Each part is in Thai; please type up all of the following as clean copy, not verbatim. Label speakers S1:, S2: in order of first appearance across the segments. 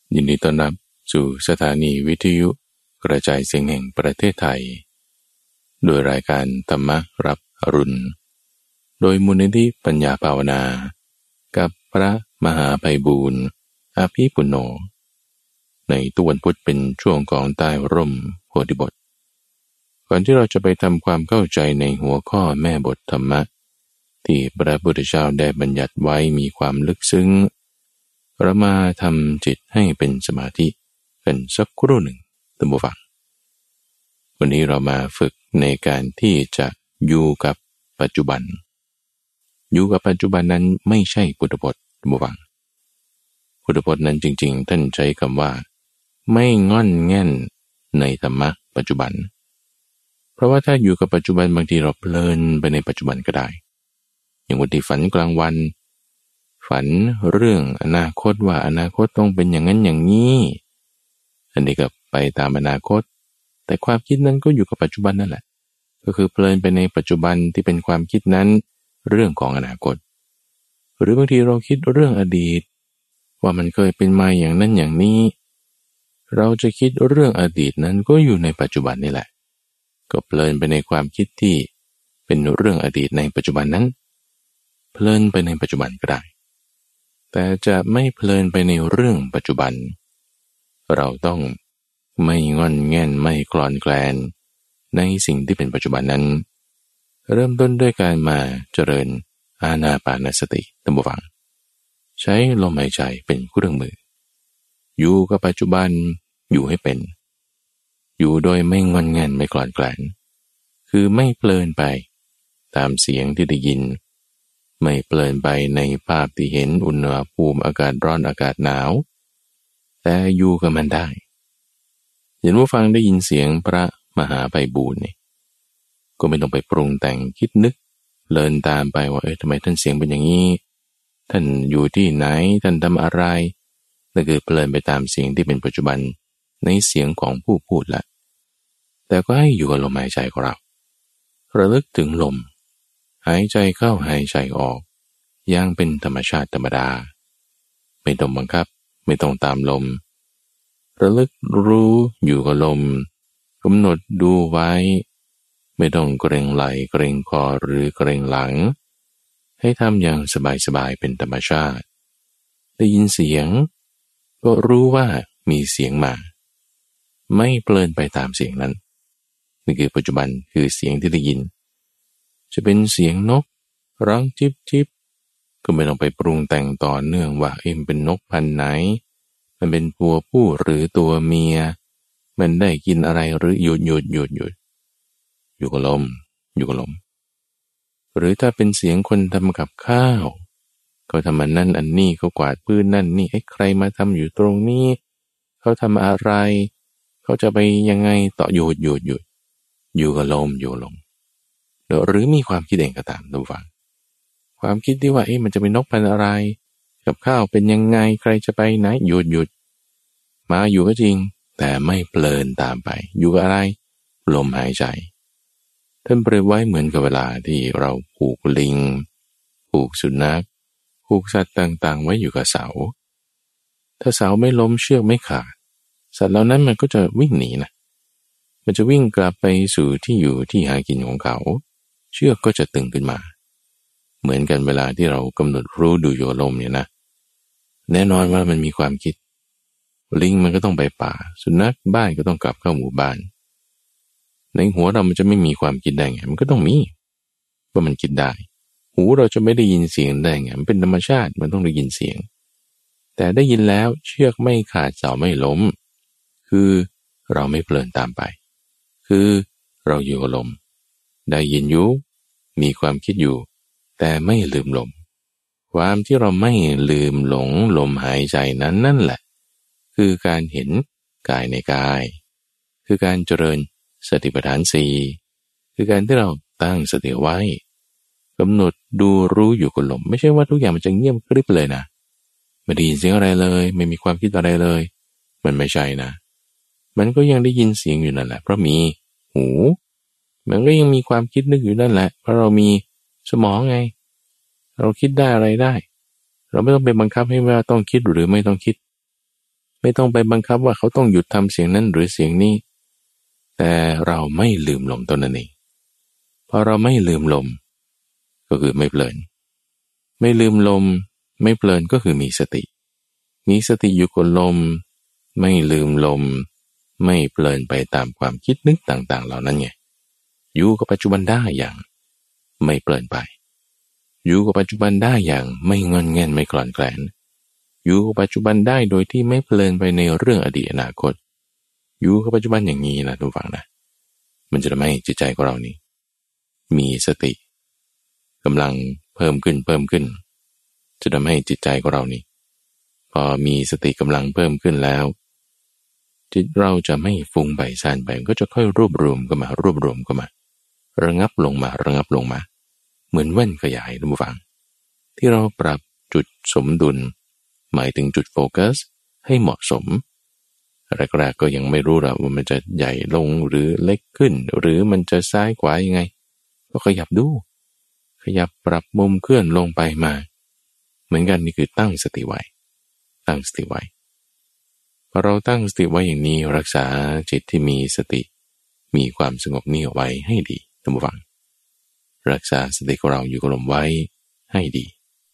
S1: ยินดีต้อนรับสู่สถานีวิทยุกระจายเสียงแห่งประเทศไทยโดยรายการธรรมรับอรุณโดยมูลนิธิปัญญาภาวนากับพระมหาไพบูลย์อาภีปุณโญในตุวันพุธเป็นช่วงของใต้ร่มโพธิบทก่อนที่เราจะไปทำความเข้าใจในหัวข้อแม่บทธรรมะที่พระพุทธเจ้าได้บัญญัติไว้มีความลึกซึ้งเรามาทำจิตให้เป็นสมาธิกันสักครู่หนึ่งท่านผู้ฟังวันนี้เรามาฝึกในการที่จะอยู่กับปัจจุบันอยู่กับปัจจุบันนั้นไม่ใช่พุทธพจน์ท่านผู้ฟังพุทธพจน์นั้นจริงๆท่านใช้คำว่าไม่ง่อนแง่นในธรรมะปัจจุบันเพราะว่าถ้าอยู่กับปัจจุบันบางทีเราเพลินไปในปัจจุบันก็ได้อย่างวันที่ฝันกลางวันฝันเรื่องอนาคตว่าอนาคตต้องเป็นอย่างนั้นอย่างนี้อันนี้ก็ไปตามอนาคตแต่ความคิดนั้นก็อยู่กับปัจจุบันนั่นแหละก็คือเพลินไปในปัจจุบันที่เป็นความคิดนั้นเรื่องของอนาคตหรือบางทีเราคิดเรื่องอดีตว่ามันเคยเป็นมาอย่างนั้นอย่างนี้เราจะคิดเรื่องอดีตนั้นก็อยู่ในปัจจุบันนี่แหละก็เพลินไปในความคิดที่เป็นเรื่องอดีตในปัจจุบันนั้นเพลินไปในปัจจุบันก็ได้แต่จะไม่เพลินไปในเรื่องปัจจุบันเราต้องไม่งอนแง่นไม่คลอนแคลนในสิ่งที่เป็นปัจจุบันนั้นเริ่มต้นด้วยการมาเจริญอานาปานสติท่านผู้ฟังใช้ลมหายใจเป็นเครื่องมืออยู่กับปัจจุบันอยู่ให้เป็นอยู่โดยไม่งอนแง่นไม่คลอนแคลนคือไม่เพลินไปตามเสียงที่ได้ยินไม่เพลินไปในภาพที่เห็นอุณหภูมิอากาศร้อนอากาศหนาวแต่อยู่กับมันได้เห็นว่าฟังได้ยินเสียงพระมหาไพบูลย์นี่ก็ไม่ต้องไปปรุงแต่งคิดนึกเลินตามไปว่าทำไมท่านเสียงเป็นอย่างนี้ท่านอยู่ที่ไหนท่านทำอะไรนั่นคือเพลินไปตามเสียงที่เป็นปัจจุบันในเสียงของผู้พูดละแต่ก็ให้อยู่กับลมหายใจของเราระลึกถึงลมหายใจเข้าหายใจออกอย่างเป็นธรรมชาติธรรมดาไม่ต้องบังคับไม่ต้องตามลมระลึกรู้อยู่กับลมกำหนดดูไว้ไม่ต้องเกรงไหล่เกรงคอหรือเกรงหลังให้ทำอย่างสบายๆเป็นธรรมชาติได้ยินเสียงก็รู้ว่ามีเสียงมาไม่เพลินไปตามเสียงนั้นนี่คือปัจจุบันคือเสียงที่ได้ยินจะเป็นเสียงนกร้องจิบจิบก็ไม่ต้องไปปรุงแต่งต่อเนื่องว่ามันเป็นนกพันธุ์ไหนมันเป็นตัวผู้หรือตัวเมียมันได้กินอะไรหรือหยุดอยู่กับลมอยู่กับลมหรือถ้าเป็นเสียงคนทำกับข้าวเขาทำอันนั้นอันนี้เขากวาดพื้นนั่นนี่ใครมาทำอยู่ตรงนี้เขาทำอะไรเขาจะไปยังไงต่อหยุดอยู่กับลมอยู่ลมหรือมีความคิดเองก็ตามดูฟังความคิดที่ว่ามันจะเป็นนกพันธุ์อะไรกับข้าวเป็นยังไงใครจะไปไหนหยุดมาอยู่ก็จริงแต่ไม่เพลินตามไปอยู่กับอะไรลมหายใจท่านเปรียบไว้เหมือนกับเวลาที่เราผูกลิงผูกสุนัขผูกสัตว์ต่างๆไว้อยู่กับเสาถ้าเสาไม่ล้มเชือกไม่ขาดสัตว์เหล่านั้นมันก็จะวิ่งหนีนะมันจะวิ่งกลับไปสู่ที่อยู่ที่หากินของเขาเชือกก็จะตึงขึ้นมาเหมือนกันเวลาที่เรากำหนดรู้ดูอยู่ลมเนี่ยนะแน่นอนว่ามันมีความคิดลิงมันก็ต้องไปป่าสุนัขบ้านก็ต้องกลับเข้าหมู่บ้านในหัวเรามันจะไม่มีความคิดได้ไงมันก็ต้องมีว่ามันคิดได้หูเราจะไม่ได้ยินเสียงได้ไงมันเป็นธรรมชาติมันต้องได้ยินเสียงแต่ได้ยินแล้วเชือกไม่ขาดเสาไม่ล้มคือเราไม่เพลินตามไปคือเราอยู่กับลมได้ยินอยู่มีความคิดอยู่แต่ไม่ลืมลมความที่เราไม่ลืมหลงลมหายใจนั้นนั่นแหละคือการเห็นกายในกายคือการเจริญสติปัฏฐานสี่คือการที่เราตั้งสติไว้กำหนดดูรู้อยู่กับลมไม่ใช่ว่าทุกอย่างมันจะเงียบกริบเลยนะไม่ได้ยินเสียงอะไรเลยไม่มีความคิดอะไรเลยมันไม่ใช่นะมันก็ยังได้ยินเสียงอยู่นั่นแหละเพราะมีหูมันก็ยังมีความคิดนึกอยู่นั่นแหละเพราะเรามีสมองไงเราคิดได้อะไรได้เราไม่ต้องไปบังคับให้ว่าต้องคิดหรือไม่ต้องคิดไม่ต้องไปบังคับว่าเขาต้องหยุดทำเสียงนั้นหรือเสียงนี้แต่เราไม่ลืมลมตัวนั้นเองพอเราไม่ลืมลมก็คือไม่เพลินไม่ลืมลมไม่เพลินก็คือมีสติอยู่กับลมไม่ลืมลมไม่เพลินไปตามความคิดนึกต่างๆเหล่านั้นไงอยู่กับปัจจุบันได้อย่างไม่เพลินไปอยู่กับปัจจุบันได้อย่างไม่งอนแง่นไม่คลอนแคลนอยู่กับปัจจุบันได้โดยที่ไม่เพลินไปในเรื่องอดีตอนาคตอยู่กับปัจจุบันอย่างนี้นะทุกฝั่งนะมันจะทำให้จิตใจของเรานี่มีสติกำลังเพิ่มขึ้นจะทำให้จิตใจของเรานี่พอมีสติกำลังเพิ่มขึ้นแล้วจิตเราจะไม่ฟุ้งไปซ่านไปก็จะค่อยรวบรวมกันมาระงับลงมาเหมือนแว่นขยายท่านผู้ฟังที่เราปรับจุดสมดุลหมายถึงจุดโฟกัสให้เหมาะสมแรกๆก็ยังไม่รู้หรอกว่ามันจะใหญ่ลงหรือเล็กขึ้นหรือมันจะซ้ายขวายังไงก็ขยับดูปรับมุมเคลื่อนลงไปมาเหมือนกันนี่คือตั้งสติไว้พอเราตั้งสติไว้อย่างนี้รักษาจิตที่มีสติมีความสงบนิ่งเอาไว้ให้ดีท่านผู้ฟังรักษาสติของเราอยู่กับลมไว้ให้ดี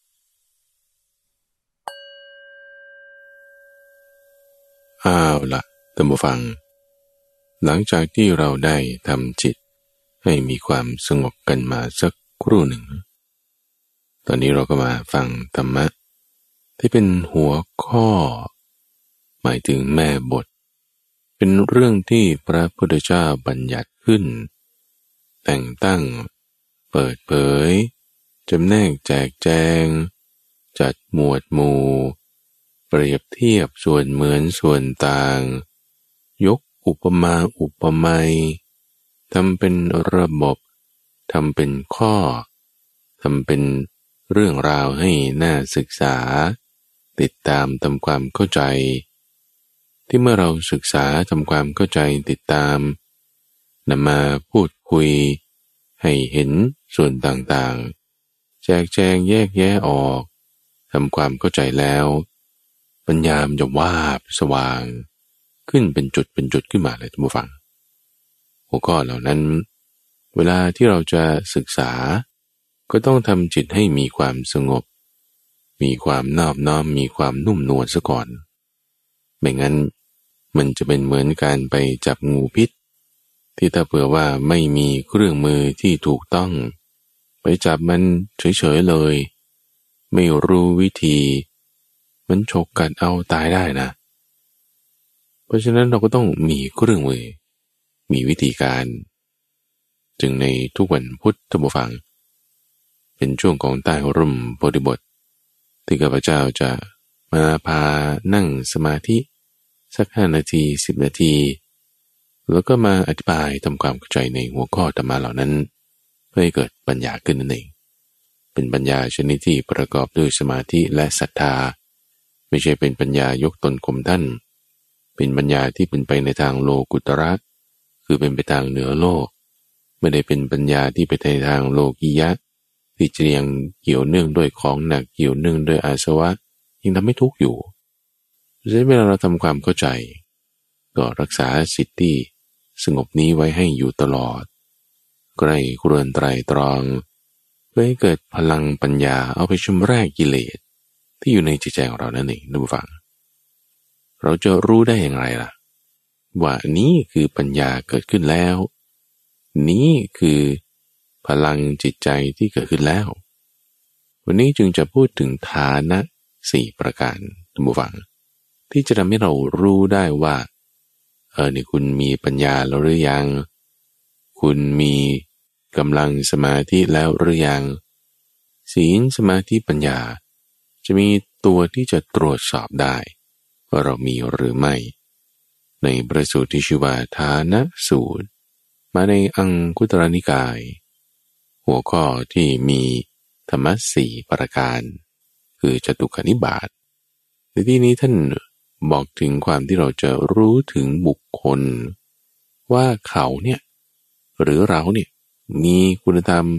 S1: ละท่านผู้ฟังหลังจากที่เราได้ทำจิตให้มีความสงบกันมาสักครู่หนึ่งตอนนี้เราก็มาฟังธรรมะที่เป็นหัวข้อหมายถึงแม่บทเป็นเรื่องที่พระพุทธเจ้าบัญญัติขึ้นแต่งตั้งเปิดเผยจำแนกแจกแจงจัดหมวดหมู่เปรียบเทียบส่วนเหมือนส่วนต่างยกอุปมาอุปไมยทำเป็นระบบทำเป็นข้อทำเป็นเรื่องราวให้น่าศึกษาติดตามทำความเข้าใจที่เมื่อเราศึกษาทำความเข้าใจติดตามนำมาพูดคุยให้เห็นส่วนต่างๆแจกแจงแยกแยะออกทำความเข้าใจแล้วปัญญามจะวาบสว่างขึ้นเป็นจุดขึ้นมาเลยท่านผู้ฟังหัวข้อเหล่านั้นเวลาที่เราจะศึกษาก็ต้องทำจิตให้มีความสงบมีความนอบน้อมมีความนุ่มนวลซะก่อนไม่งั้นมันจะเป็นเหมือนการไปจับงูพิษที่ถ้าเผื่อว่าไม่มีเครื่องมือที่ถูกต้องไปจับมันเฉยๆเลยไม่รู้วิธีมันฉกกัดเอาตายได้นะเพราะฉะนั้นเราก็ต้องมีเครื่องมือมีวิธีการจึงในทุกวันพุธท่านผู้ฟังเป็นช่วงของใต้ร่มโพธิบทที่ข้าพเจ้าจะมาพานั่งสมาธิสัก5 นาที10 นาทีแล้วก็มาอธิบายทำความเข้าใจในหัวข้อธรรมะเหล่านั้นเพื่อให้เกิดปัญญาขึ้นนั่นเองเป็นปัญญาชนิดที่ประกอบด้วยสมาธิและศรัทธาไม่ใช่เป็นปัญญายกตนข่มท่านเป็นปัญญาที่เป็นไปในทางโลกุตระคือเป็นไปทางเหนือโลกไม่ได้เป็นปัญญาที่ไปในทางโลกียะที่จะยังเกี่ยวเนื่องด้วยของหนักเกี่ยวเนื่องด้วยอาสวะยังทำให้ทุกข์อยู่ดังนั้นเวลาเราทำความเข้าใจก็รักษาสิทธิที่สงบนี้ไว้ให้อยู่ตลอดใกล้ครวนไตรตรองเพื่อให้เกิดพลังปัญญาเอาไปชำระกิเลสที่อยู่ในจิตใจของเรานั่นเองท่านผู้ฟังเราจะรู้ได้อย่างไรล่ะว่านี้คือปัญญาเกิดขึ้นแล้วนี้คือพลังจิตใจที่เกิดขึ้นแล้ววันนี้จึงจะพูดถึงฐานะ4 ประการท่านผู้ฟังที่จะทำให้เรารู้ได้ว่านี่คุณมีปัญญาแล้วหรือยังคุณมีกำลังสมาธิแล้วหรือยังศีลสมาธิปัญญาจะมีตัวที่จะตรวจสอบได้ว่าเรามีหรือไม่ในพระสูตรที่ชื่อว่าฐานะสูตรมาในอังคุตรนิกายหัวข้อที่มีธรรมะ4 ประการคือจตุคนิบาตในที่นี้ท่านบอกถึงความที่เราจะรู้ถึงบุคคลว่าเขาเนี่ยหรือเราเนี่ยมีคุณธรรม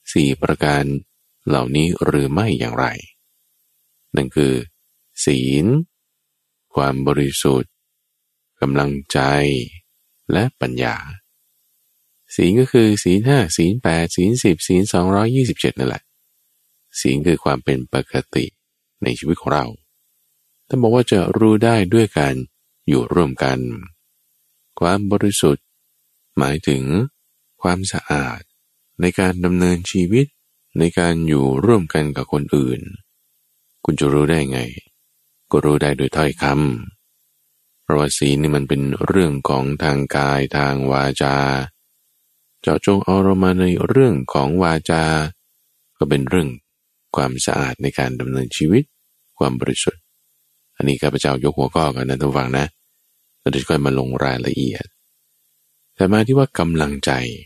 S1: 4 ประการเหล่านี้หรือไม่อย่างไรนั่นคือศีลความบริสุทธิ์กำลังใจและปัญญาศีลก็คือศีล5ศีล8ศีล10ศีล227นั่นแหละศีลคือความเป็นปกติในชีวิตของเราท่านบอกว่าจะรู้ได้ด้วยการอยู่ร่วมกันความบริสุทธิ์หมายถึงความสะอาดในการดำเนินชีวิตในการอยู่ร่วมกันกับคนอื่นคุณจะรู้ได้ไงก็รู้ได้โดยถ้อยคำเพราะว่าศีลนี่มันเป็นเรื่องของทางกายทางวาจาเจาะจงเอาเรามาในเรื่องของวาจาก็เป็นเรื่องความสะอาดในการดำเนินชีวิตความบริสุทธิ์อันนี้ข้าพเจ้ายกหัวข้อกันนะท่านฟังนะเราจะค่อยมาลงรายละเอียดแต่มาที่ว่ากำลังใจ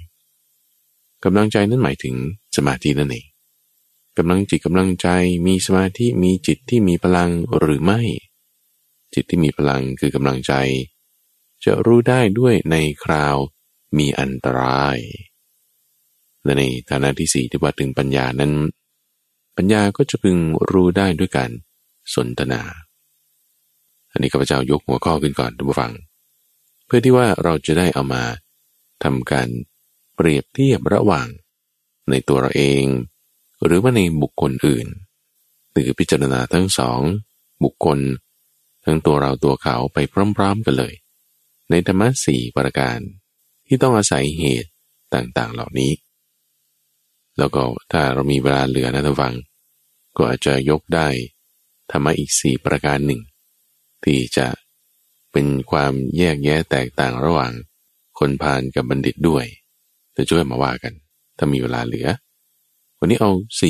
S1: นั้นหมายถึงสมาธินั่นเองกำลังจิตกำลังใจมีสมาธิมีจิตที่มีพลังหรือไม่จิตที่มีพลังคือกำลังใจจะรู้ได้ด้วยในคราวมีอันตรายและในฐานะที่สี่ที่ว่าถึงปัญญานั้นปัญญาก็จะพึงรู้ได้ด้วยการสนทนาอันนี้ข้าพเจ้ายกหัวข้อขึ้นก่อนท่านผู้ฟังเพื่อที่ว่าเราจะได้เอามาทำการเปรียบเทียบระหว่างในตัวเราเองหรือว่าในบุคคลอื่นหรือพิจารณาทั้งสองบุคคลทั้งตัวเราตัวเขาไปพร้อมๆกันเลยในธรรมะ4ประการที่ต้องอาศัยเหตุต่างๆเหล่านี้แล้วก็ถ้าเรามีเวลาเหลือนะท่านฟังก็อาจจะยกได้ธรรมะอีก4ประการหนึ่งที่จะเป็นความแยกแยะแตกต่างระหว่างคนพาลกับบัณฑิตด้วยจะช่วยมาว่ากันถ้ามีเวลาเหลือวันนี้เอา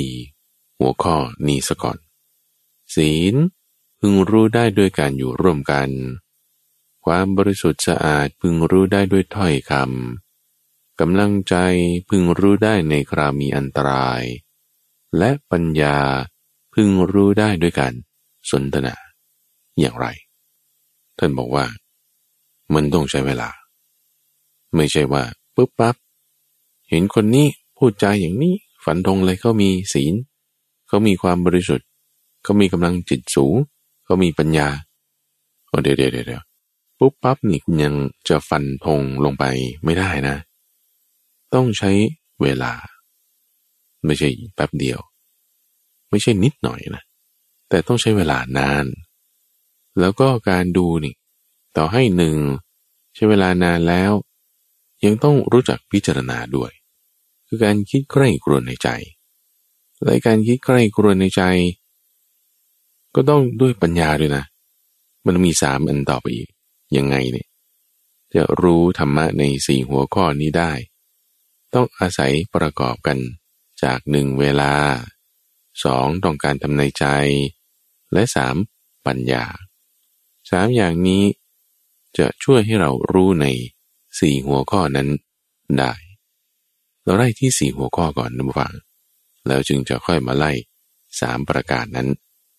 S1: 4หัวข้อนี้ซะก่อนศีลพึงรู้ได้ด้วยการอยู่ร่วมกันความบริสุทธิ์สะอาดพึงรู้ได้ด้วยถ้อยคำกำลังใจพึงรู้ได้ในคราวมีอันตรายและปัญญาพึงรู้ได้ด้วยการสนทนาอย่างไรท่านบอกว่ามันต้องใช้เวลาไม่ใช่ว่าปุ๊บปั๊บเห็นคนนี้พูดจาอย่างนี้ฝันธงเลยเขามีศีลเขามีความบริสุทธิ์เขามีกำลังจิตสูงเขามีปัญญาเดี๋ยวปุ๊บปั๊บนี่ยังจะฟันธงลงไปไม่ได้นะต้องใช้เวลาไม่ใช่แป๊บเดียวไม่ใช่นิดหน่อยนะแต่ต้องใช้เวลานานแล้วก็การดูนี่ต่อให้ใช้เวลานานแล้วยังต้องรู้จักพิจารณาด้วยคือการคิดใคร่ครวญในใจและการคิดใคร่ครวญในใจก็ต้องด้วยปัญญาด้วยนะมันมี3อันต่อไปอีกยังไงเนี่ยจะรู้ธรรมะใน4หัวข้อนี้ได้ต้องอาศัยประกอบกันจาก1เวลา2ต้องการทำในใจและ3ปัญญา3อย่างนี้จะช่วยให้เรารู้ใน4หัวข้อนั้นได้เราไล่ที่4หัวข้อก่อนนะผู้ฟังแล้วจึงจะค่อยมาไล่3ประการนั้น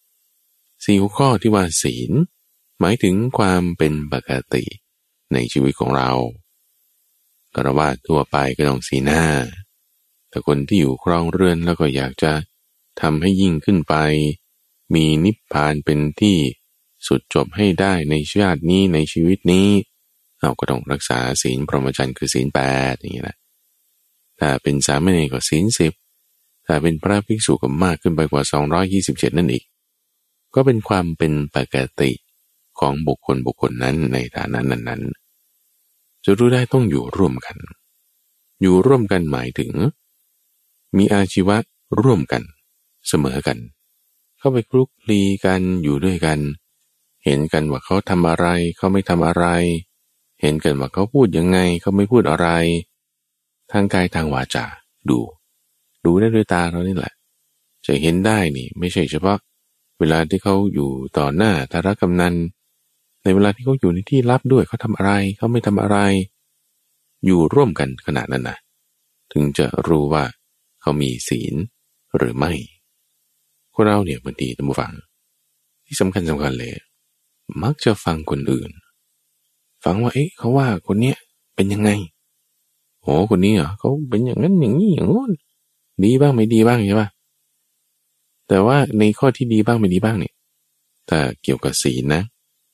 S1: 4หัวข้อที่ว่าศีลหมายถึงความเป็นปกติในชีวิตของเราฆราวาสทั่วไปก็ต้องศีล5แต่คนที่อยู่ครองเรือนแล้วก็อยากจะทำให้ยิ่งขึ้นไปมีนิพพานเป็นที่สุดจบให้ได้ในชาตินี้ในชีวิตนี้เราก็ต้องรักษาศีลพรหมจรรย์คือศีล8อย่างนี้นะถ้าเป็นสามเณรก็ศีล10ถ้าเป็นพระภิกษุก็มากขึ้นไปกว่า227นั่นอีกก็เป็นความเป็นปกติของบุคคลนั้นในฐานะนั้นจะรู้ได้ต้องอยู่ร่วมกันอยู่ร่วมกันหมายถึงมีอาชีวะร่วมกันเสมอกันเข้าไปคลุกคลีกันอยู่ด้วยกันเห็นกันว่าเขาทำอะไรเขาไม่ทำอะไรเห็นกันว่าเขาพูดยังไงเขาไม่พูดอะไรทางกายทางวาจาดูได้ด้วยตาเรานี่แหละจะเห็นได้นี่ไม่ใช่เฉพาะเวลาที่เขาอยู่ต่อหน้าธารกำนันในเวลาที่เขาอยู่ในที่ลับด้วยเขาทำอะไรเขาไม่ทำอะไรอยู่ร่วมกันขนาดนั้นนะถึงจะรู้ว่าเขามีศีลหรือไม่คนเราเนี่ยบางทีท่านผู้ฟังที่สำคัญเลยมักจะฟังคนอื่นฟังว่าเขาว่าคนเนี้ยเป็นยังไงโหคนนี้เขาเป็นอย่างนั้นอย่างนี้อย่างโน้นดีบ้างไม่ดีบ้างใช่ป่ะแต่ว่าในข้อที่ดีบ้างไม่ดีบ้างเนี่ยถ้าเกี่ยวกับศีลนะ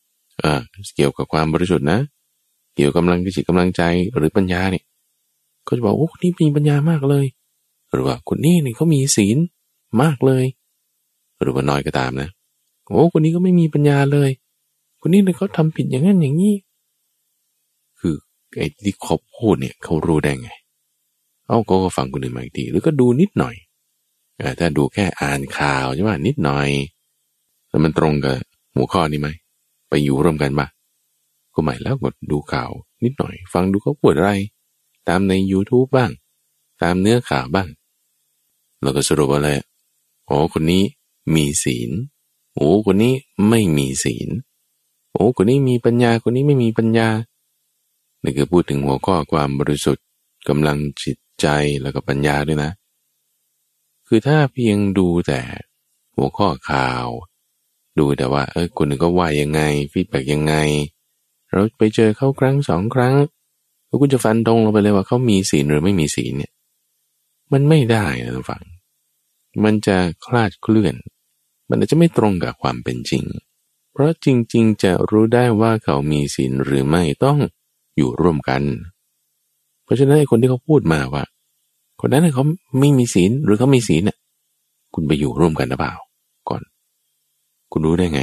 S1: เกี่ยวกับความบริสุทธิ์นะเกี่ยวกับกำลังจิตกำลังใจหรือปัญญาเนี่ยก็จะบอกโอ้คนนี้มีปัญญามากเลยหรือว่าคนนี้เนี่ยเขามีศีลมากเลยหรือว่าน้อยก็ตามนะโอ้คนนี้ก็ไม่มีปัญญาเลยคนนี้เนี่ยเขาทำผิดอย่างนั้นอย่างนี้คือไอ้ที่เขาพูดเนี่ยเขารู้ได้ไงก็ฟังคนอื่นมาอีกทีหรือก็ดูนิดหน่อยถ้าดูแค่อ่านข่าวใช่ไหมนิดหน่อยแล้วมันตรงกับหัวข้อนี้ไหมไปอยู่ร่วมกันปะก็ไม่แล้วกดดูข่าวนิดหน่อยฟังดูเขาพูดอะไรตามใน YouTube บ้างตามเนื้อข่าวบ้างแล้วก็สรุปว่าอะไรโอ้คนนี้มีศีลโอ้คนนี้ไม่มีศีลโอ้คนนี้มีปัญญาคนนี้ไม่มีปัญญานี่คือพูดถึงหัวข้อความบริสุทธิ์กำลังจิตใจแล้วก็ปัญญาด้วยนะคือถ้าเพียงดูแต่หัวข้อข่าวดูแต่ว่าคนหนึ่งก็ว่ายังไงฟีดแบ็กยังไงเราไปเจอเขาครั้ง2 ครั้งแล้วคุณจะฟันธงลงไปเลยว่าเขามีศีลหรือไม่มีศีลเนี่ยมันไม่ได้นะท่านฟังมันจะคลาดเคลื่อนมันอาจจะไม่ตรงกับความเป็นจริงเพราะจริงๆจะรู้ได้ว่าเขามีศีลหรือไม่ต้องอยู่ร่วมกันเพราะฉะนั้นไอ้คนที่เขาพูดมาว่าคนนั้นเขาไม่มีศีลหรือเขามีศีลน่ะคุณไปอยู่ร่วมกันหรือเปล่าก่อนคุณรู้ได้ไง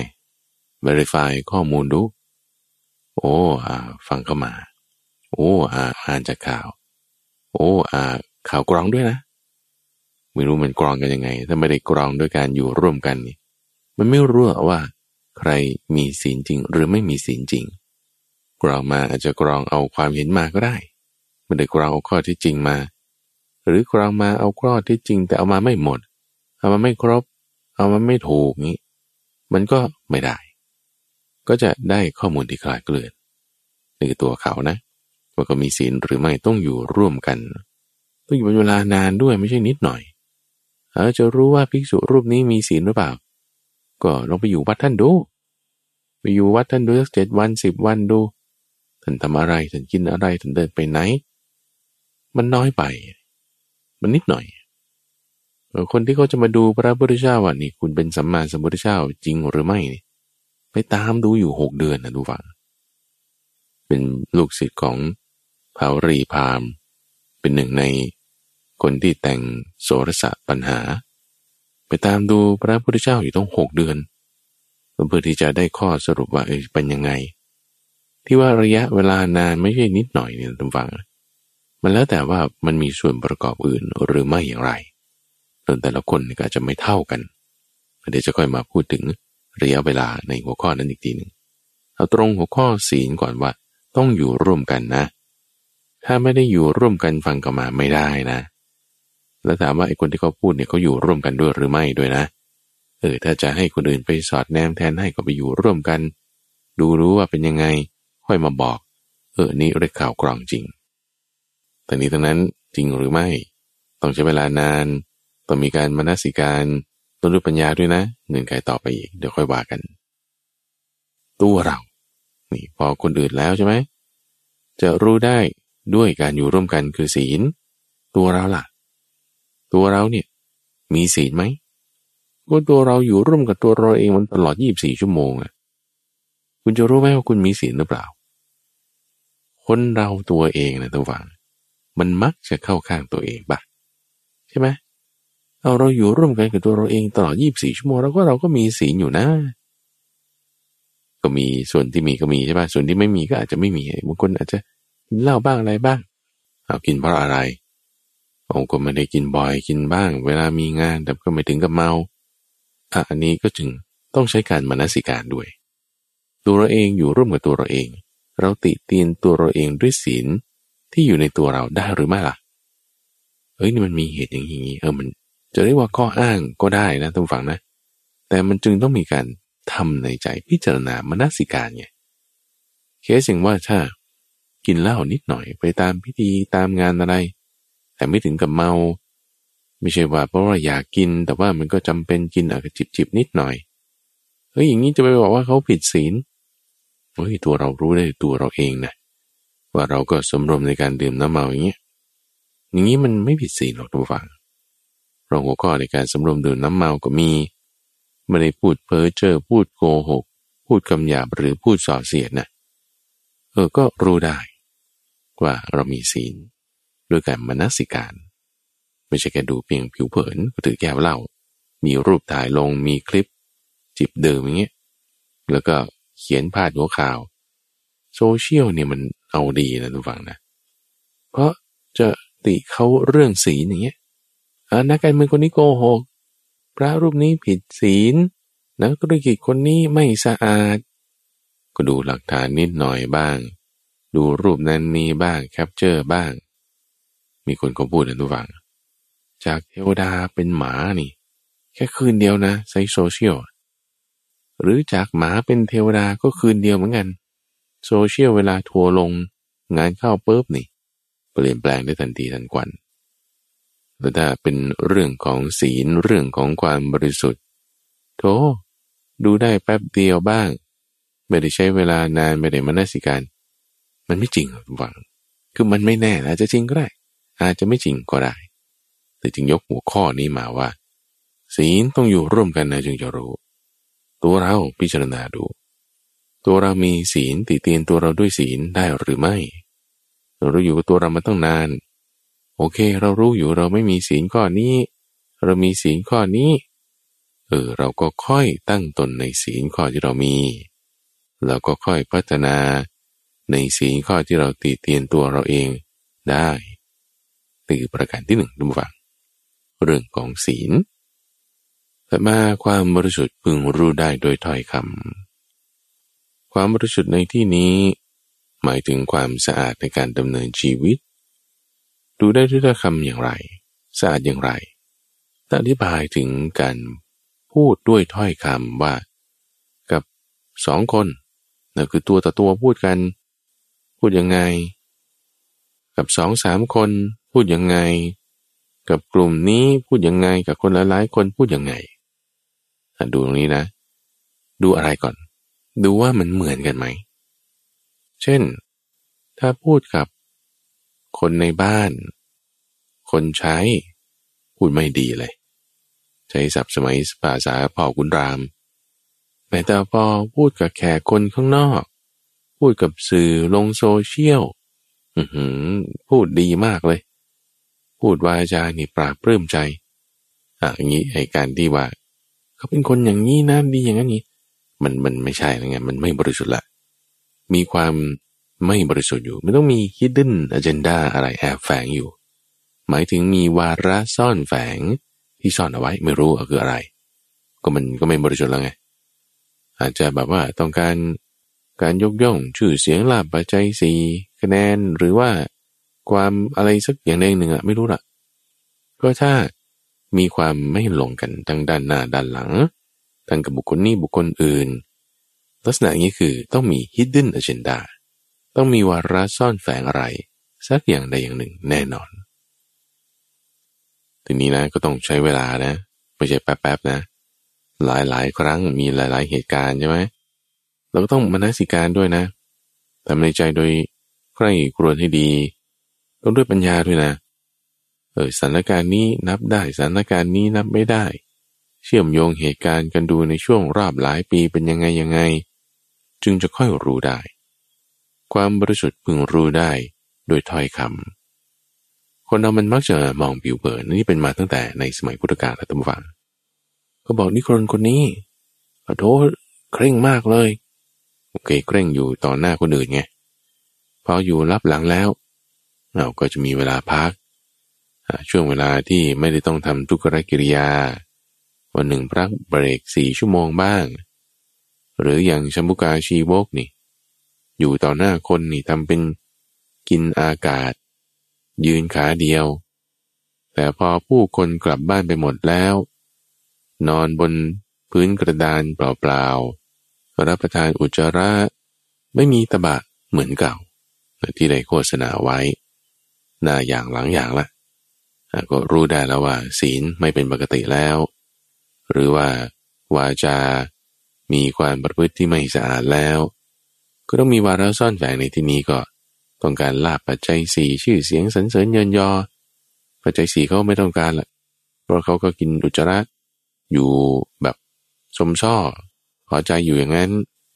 S1: verify ข้อมูลดูฟังเข้ามาอ่านจากข่าวข่าวกรองด้วยนะไม่รู้มันกรองกันยังไงถ้าไม่ได้กรองด้วยการอยู่ร่วมกันนี่มันไม่รู้ว่าใครมีศีลจริงหรือไม่มีศีลจริงกรองมาอาจจะกรองเอาความเห็นมาก็ได้ไม่ได้กรองเอาข้อที่จริงมาหรือกรองมาเอาข้อที่จริงแต่เอามาไม่หมดเอามาไม่ครบเอามาไม่ถูกนี้มันก็ไม่ได้ก็จะได้ข้อมูลที่คลาดเคลื่อนนี่คือตัวเขานะว่าเขามีศีลหรือไม่ต้องอยู่ร่วมกันต้องอยู่เป็นเวลานานด้วยไม่ใช่นิดหน่อยจะรู้ว่าภิกษุรูปนี้มีศีลหรือเปล่าก็ลองไปอยู่วัดท่านดูไปอยู่วัดท่านดูสัก7 วัน10 วันดูท่านทำอะไรท่านกินอะไรท่านเดินไปไหนมันน้อยไปมันนิดหน่อยคนที่เขาจะมาดูพระพุทธเจ้าว่านี่คุณเป็นสัมมาสัมพุทธเจ้าจริงหรือไม่นี่ไปตามดูอยู่6 เดือนนะดูฟังเป็นลูกศิษย์ของภาวรีพราหมณ์เป็นหนึ่งในคนที่แต่งโสรสปัญหาไปตามดูพระพุทธเจ้าอยู่ต้อง6 เดือนเพื่อที่จะได้ข้อสรุปว่าเป็นยังไงที่ว่าระยะเวลานานไม่ใช่นิดหน่อยเนี่ยท่านฟังมันแล้วแต่ว่ามันมีส่วนประกอบอื่นหรือไม่อย่างไรแต่ละคนก็อาจจะไม่เท่ากันเดี๋ยวจะค่อยมาพูดถึงระยะเวลาในหัวข้อนั้นอีกทีหนึ่งเอาตรงหัวข้อศีลก่อนว่าต้องอยู่ร่วมกันนะถ้าไม่ได้อยู่ร่วมกันฟังกันมาไม่ได้นะแล้วถามว่าไอ้คนที่เขาพูดเนี่ยเขาอยู่ร่วมกันด้วยหรือไม่ด้วยนะถ้าจะให้คนอื่นไปสอดแนมแทนให้ก็ไปอยู่ร่วมกันดูรู้ว่าเป็นยังไงค่อยมาบอกนี่เรียกข่าวกรองจริงแต่นี้ทั้งนั้นจริงหรือไม่ต้องใช้เวลานานต้องมีการมนสิการต้องรู้ปัญญาด้วยนะเงื่อนไขต่อไปอีกเดี๋ยวค่อยว่ากันตัวเรานี่พอคนอื่นแล้วใช่ไหมจะรู้ได้ด้วยการอยู่ร่วมกันคือศีลตัวเราล่ะตัวเราเนี่ยมีศีลไหมก็ตัวเราอยู่ร่วมกับตัวเราเองมันตลอด24 ชั่วโมงคุณจะรู้ไหมว่าคุณมีศีลหรือเปล่าคนเราตัวเองนะท่านฟังมันมักจะเข้าข้างตัวเองป่ะใช่ไหมเราอยู่ร่วมกันกับตัวเราเองตลอด24 ชั่วโมงแล้วก็เราก็มีศีลอยู่นะก็มีส่วนที่มีก็มีใช่ป่ะส่วนที่ไม่มีก็อาจจะไม่มีบางคนอาจจะกินเหล้าบ้างอะไรบ้างกินเพราะอะไรก็ไม่ได้กินบ่อยกินบ้างเวลามีงานแต่ก็ไม่ถึงกับเมาอันนี้ก็จึงต้องใช้การมนสิการด้วยตัวเราเองอยู่ร่วมกับตัวเราเองเราติเตียนตัวเราเองด้วยศีลที่อยู่ในตัวเราได้หรือไม่ล่ะนี่มันมีเหตุอย่างนี้มันจะเรียกว่าข้ออ้างก็ได้นะท่านฟังนะแต่มันจึงต้องมีการทำในใจพิจารณามนสิการไงเคสอย่างว่าถ้ากินเหล้านิดหน่อยไปตามพิธีตามงานอะไรแต่ไม่ถึงกับเมาไม่ใช่ว่าเพราะว่าอยากกินแต่ว่ามันก็จำเป็นกินอาจจะจิบนิดหน่อยอย่างนี้จะไปบอกว่าเขาผิดศีลตัวเรารู้ได้ตัวเราเองนะว่าเราก็สำรวมในการดื่มน้ำเมาอย่างนี้มันไม่ผิดศีลหรอกทุกฝั่งเราหัวข้อในการสำรวมดื่มน้ำเมาก็มีไม่ได้พูดเพ้อเจ้อพูดโกหกพูดคำหยาบหรือพูดส่อเสียดนะก็รู้ได้ว่าเรามีศีลด้วยการมนสิการไม่ใช่แค่ดูเพียงผิวเผินถือแก้วเหล้ามีรูปถ่ายลงมีคลิปจิบดื่มอย่างเงี้ยแล้วก็เขียนพาดหัวข่าวโซเชียลเนี่ยมันเอาดีนะทุกฝั่งนะเพราะจะติเขาเรื่องศีลอย่างเงี้ยนักการเมืองคนนี้โกหกพระรูปนี้ผิดศีลนักธุรกิจคนนี้ไม่สะอาดก็ดูหลักฐานนิดหน่อยบ้างดูรูปนั้นนี้บ้างแคปเจอร์บ้างมีคนเขาพูดนะทุกฝั่งจากเทวดาเป็นหมานี่แค่คืนเดียวนะในโซเชียลหรือจากหมาเป็นเทวดาก็คืนเดียวเหมือนกันโซเชียลเวลาทัวร์ลงงานเข้าปุ๊บนี่เปลี่ยนแปลงได้ทันทีทันควันแล้วถ้าเป็นเรื่องของศีลเรื่องของความบริสุทธิ์โธ่ดูได้แป๊บเดียวบ้างไม่ได้ใช้เวลานานไม่ได้มนสิการมันไม่จริงหวังคือมันไม่แน่อาจจะจริงก็ได้อาจจะไม่จริงก็ได้แต่จึงยกหัวข้อนี้มาว่าศีลต้องอยู่ร่วมกันนะจึงจะรู้ตัวเราพิจารณาดูตัวเรามีศีลติเตียนตัวเราด้วยศีลได้หรือไม่เราอยู่กับตัวเรามาตั้งนานโอเคเรารู้อยู่เราไม่มีศีลข้อนี้เรามีศีลข้อนี้เราก็ค่อยตั้งตนในศีลข้อที่เรามีแล้วก็ค่อยพัฒนาในศีลข้อที่เราติเตียนตัวเราเองได้คือประการที่หนึ่งดูฟังเรื่องของศีลแต่มาความบริสุทธิ์พึงรู้ได้โดยถ้อยคำความบริสุทธิ์ในที่นี้หมายถึงความสะอาดในการดำเนินชีวิตดูได้ด้วยถ้อยคำอย่างไรสะอาดอย่างไรอธิบายถึงการพูดด้วยถ้อยคำว่ากับสองคนนั่นคือตัวต่อตัวพูดกันพูดยังไงกับ2-3 คนพูดยังไงกับกลุ่มนี้พูดยังไงกับคนหลายๆคนพูดยังไงดูตรงนี้นะดูอะไรก่อนดูว่ามันเหมือนกันไหมเช่นถ้าพูดกับคนในบ้านคนใช้พูดไม่ดีเลยใช้ศัพท์สมัยภาษาพ่อขุนรามแต่พอพูดกับแขกคนข้างนอกพูดกับสื่อลงโซเชียลพูดดีมากเลยพูดวาจานี่ปราบปลื้มใจอย่างนี้ไอ้การที่ว่าเขาเป็นคนอย่างนี้นะดีอย่างนี้มันไม่ใช่ไงมันไม่บริสุทธิ์ละมีความไม่บริสุทธิ์อยู่มันต้องมี hidden agenda อะไรแอบแฝงอยู่หมายถึงมีวาระซ่อนแฝงที่ซ่อนเอาไว้ไม่รู้คืออะไรมันก็ไม่บริสุทธิ์แล้วไงอาจจะแบบว่าต้องการยกย่องชื่อเสียงลาภปัจจัย4คะแนนหรือว่าความอะไรสักอย่างใดหนึ่งไม่รู้ละก็ถ้ามีความไม่ลงกันทั้งด้านหน้าด้านหลังทั้งกับบุคคลนี้บุคคลอื่นลักษณะนี้คือต้องมี hidden agenda ต้องมีวาระซ่อนแฝงอะไรสักอย่างใดอย่างหนึ่งแน่นอนทีนี้นะก็ต้องใช้เวลานะไม่ใช่แป๊บๆนะหลายๆครั้งมีหลายๆเหตุการณ์ใช่ไหมเราก็ต้องมนสิการด้วยนะทำในใจโดยใคร่ครวญให้ดีต้องด้วยปัญญาด้วยนะสถานการณ์นี้นับได้สถานการณ์นี้นับไม่ได้เชื่อมโยงเหตุการณ์กันดูในช่วงรอบหลายปีเป็นยังไงจึงจะค่อยรู้ได้ความบริสุทธิ์พึงรู้ได้โดยถ้อยคำคนเรามันมักจะมองผิวเผินนี่เป็นมาตั้งแต่ในสมัยพุทธกาลและตำฟังก็บอกนี่คนนี้ขอโทษเคร่งมากเลยโอเคเคร่งอยู่ต่อหน้าคนอื่นไงพออยู่รับหลังแล้วเราก็จะมีเวลาพักช่วงเวลาที่ไม่ได้ต้องทำทุกขกิริยาวันหนึ่งพักเบรก4 ชั่วโมงบ้างหรืออย่างชัมพุกาชีวกนี่อยู่ต่อหน้าคนนี่ทำเป็นกินอากาศยืนขาเดียวแต่พอผู้คนกลับบ้านไปหมดแล้วนอนบนพื้นกระดานเปล่าๆรับประทานอุจจาระไม่มีตบะเหมือนเก่าที่ได้โฆษณาไว้หน้าอย่างหลังอย่างละก็รู้ได้แล้วว่าศีลไม่เป็นปกติแล้วหรือว่าวาจามีความประพฤติที่ไม่สะอาดแล้วก็ต้องมีวาระซ่อนแฝงในที่นี้ก็ต้องการลาภปัจจัย4ชื่อเสียงสรรเสริญเยินยอปัจจัย4เขาไม่ต้องการละเพราะเขาก็กินอุจจาระอยู่แบบสมช่อพอใจอยู่อย่างนั้น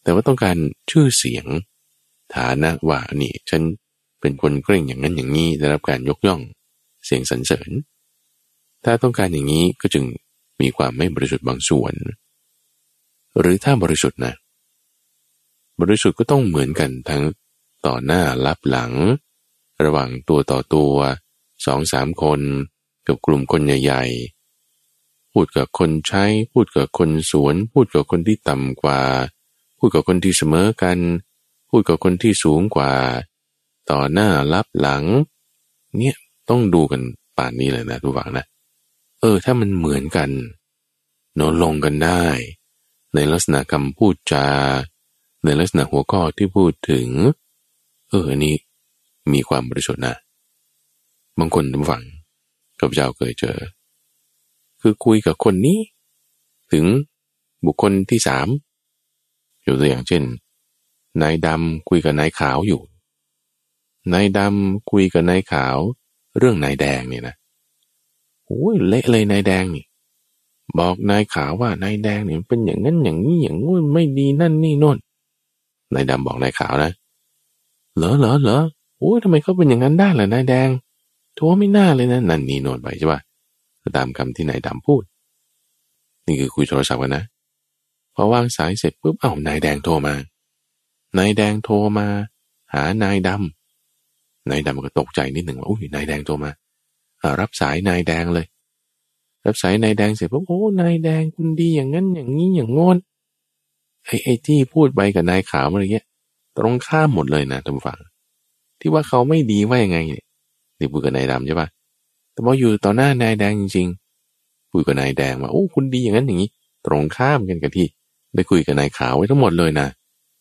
S1: แต่ว่าต้องการชื่อเสียงฐานะว่านี่ฉันเป็นคนเกร่งอย่างนั้นอย่างนี้ได้รับการยกย่องเสียงสรรเสริญถ้าต้องการอย่างนี้ก็จึงมีความไม่บริสุทธิ์บางส่วนหรือถ้าบริสุทธิ์นะบริสุทธิ์ก็ต้องเหมือนกันทั้งต่อหน้ารับหลังระหว่างตัวต่อตัว2-3 คนกับกลุ่มคนใหญ่ๆพูดกับคนใช้พูดกับคนสวนพูดกับคนที่ต่ำกว่าพูดกับคนที่เสมอกันพูดกับคนที่สูงกว่าต่อหน้ารับหลังเนี่ยต้องดูกันป่านนี้เลยนะทุกฝั่งนะถ้ามันเหมือนกันโน้ตลงกันได้ในลักษณะคำพูดจาในลักษณะหัวข้อที่พูดถึงอันนี้มีความบริสุทธิ์นะบางคนทุกฝั่งกับเจ้าเคยเจอคือคุยกับคนนี้ถึงบุคคลที่3ยกตัวอย่างเช่นนายดำคุยกับนายขาวอยู่นายดำคุยกับนายขาวเรื่องนายแดงเนี่ยนะโอ้ยเละเลยนายแดงนี่บอกนายขาวว่านายแดงเนี่ยเป็นอย่างนั้นอย่างนี้อย่างงู้นไม่ดีนั่นนี่โน่นนายดำบอกนายขาวนะเหรอโอ้ยทำไมเขาเป็นอย่างนั้นได้ล่ะนายแดงโธ่ไม่น่าเลยนะนั่นนี่โน่นไปใช่ป่ะตามคำที่นายดำพูดนี่คือคุยโทรศัพท์กันนะพอวางสายเสร็จปุ๊บนายแดงโทรมานายแดงโทรมาหานายดำก็ตกใจนิดหนึ่งว่าอุ้ยนายแดงโทรมารับสายนายแดงเลยรับสายนายแดงเสร็จปุ๊บโอ้นายแดงคุณดีอย่างนั้นอย่างนี้อย่างโง่นไอ้ที่พูดไปกับนายขาวอะไรเงี้ยตรงข้ามหมดเลยนะท่านผู้ฟังที่ว่าเขาไม่ดีว่ายังไงเนี่ยนี่พูดกับนายดำใช่ปะแต่พออยู่ต่อหน้านายแดงจริงๆคุยกับนายแดงว่าโอ้คุณดีอย่างนั้นอย่างนี้ตรงข้ามกันกับที่ได้คุยกับนายขาวไว้ทั้งหมดเลยนะ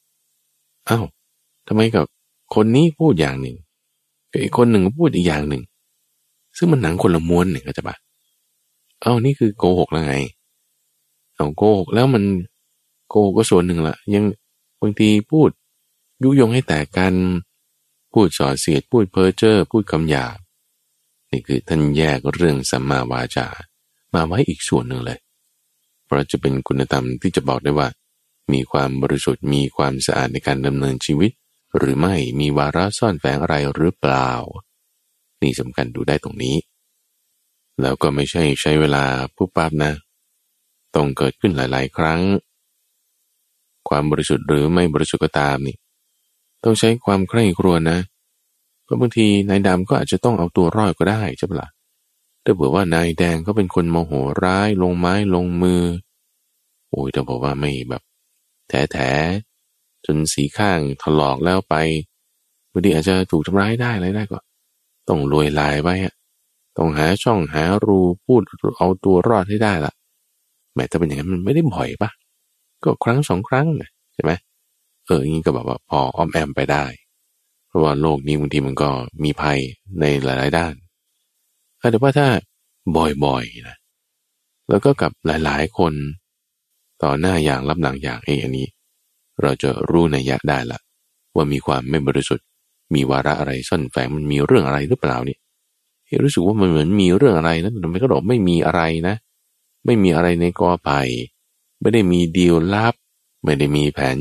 S1: ทำไมกับคนนี้พูดอย่างหนึ่งกับอีกคนหนึ่งก็พูดอีกอย่างหนึ่งซึ่งมันหนังคนละม้วนหนึ่งก็จะปะนี่คือโกหกแล้วไงโกหกแล้วมันโกหกก็ส่วนหนึ่งละยังบางทีพูดยุยงให้แตกกันพูดส่อเสียดพูดเพ้อเจ้อพูดคำหยาบนี่คือท่านแยกเรื่องสัมมาวาจามาไว้อีกส่วนหนึ่งเลยเพราะจะเป็นคุณธรรมที่จะบอกได้ว่ามีความบริสุทธิ์มีความสะอาดในการดำเนินชีวิตหรือไม่มีวาระซ่อนแฝงอะไรหรือเปล่านี่สำคัญดูได้ตรงนี้แล้วก็ไม่ใช้เวลาปุ๊บปั๊บนะต้องเกิดขึ้นหลายๆครั้งความบริสุทธิ์หรือไม่บริสุทธิ์ก็ตามนี่ต้องใช้ความใคร่ครวญนะเพราะบางทีนายดำก็อาจจะต้องเอาตัวรอดก็ได้ใช่ปะล่ะถ้าเผื่อว่านายแดงก็เป็นคนโมโหร้ายลงไม้ลงมือถ้าบอกว่าไม่แบบแถจนสีข้างถลอกแล้วไปบางทีอาจจะถูกทำร้ายได้อะไรได้ก็ต้องลวยลายไว้ต้องหาช่องหารูพูดเอาตัวรอดให้ได้ละแม้ถ้าเป็นอย่างนั้นมันไม่ได้บ่อยปะก็ครั้ง2 ครั้งใช่ไหมอย่างนี้ก็แบบว่าพออ้อมแอมไปได้เพราะว่าโลกนี้บางทีมันก็มีภัยในหลายๆด้านแต่ว่าถ้าบ่อยๆนะแล้วก็กับหลายๆคนต่อหน้าอย่างรับหลังอย่างอันนี้เราจะรู้นัยยะได้ละว่ามีความไม่บริสุทธิ์มีวาระอะไรซ่อนแฝงมันมีเรื่องอะไรหรือเปล่านี่รู้สึกว่ามันเหมือนมีเรื่องอะไรนะแต่ไม่ก็บอกไม่มีอะไรนะไม่มีอะไรในกอไผ่ไม่ได้มีดีลลับไม่ได้มีแผน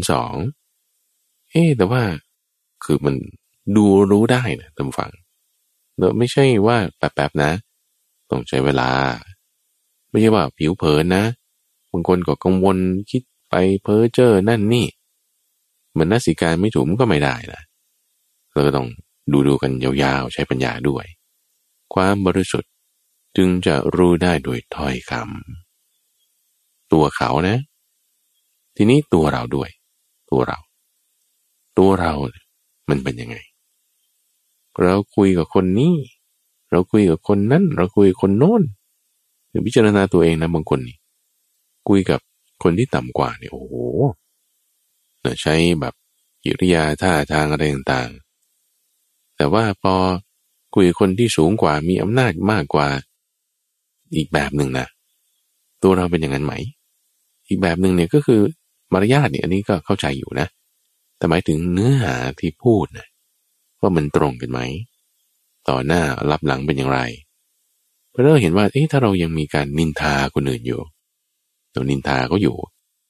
S1: 2แต่ว่าคือมันดูรู้ได้นะท่านผู้ฟังเราไม่ใช่ว่าแป๊บๆนะต้องใช้เวลาไม่ใช่ว่าผิวเผินนะบางคนก็กังวลคิดไปเพ้อเจ้อนั่นนี่เหมือนนักสิการไม่ถูกมันก็ไม่ได้นะเราก็ต้องดูกันยาวๆใช้ปัญญาด้วยความบริสุทธิ์จึงจะรู้ได้โดยถ้อยคำตัวเขานะทีนี้ตัวเราด้วยตัวเรามันเป็นยังไงเราคุยกับคนนี้เราคุยกับคนนั้นเราคุยกับคนโน้นหรือพิจารณาตัวเองนะบางคนนี่คุยกับคนที่ต่ำกว่าเนี่ยโอ้โหใช้แบบกิริยาท่าทางอะไรต่างๆแต่ว่าพอคุยกับคนที่สูงกว่ามีอำนาจมากกว่าอีกแบบหนึ่งนะตัวเราเป็นอย่างนั้นไหมอีกแบบหนึ่งเนี่ยก็คือมารยาทเนี่ยอันนี้ก็เข้าใจอยู่นะแต่หมายถึงเนื้อหาที่พูดนะว่ามันตรงกันไหมต่อหน้ารับหลังเป็นอย่างไรเพราะเราเห็นว่าถ้าเรายังมีการนินทาคนอื่นอยู่เรานินทาเขาอยู่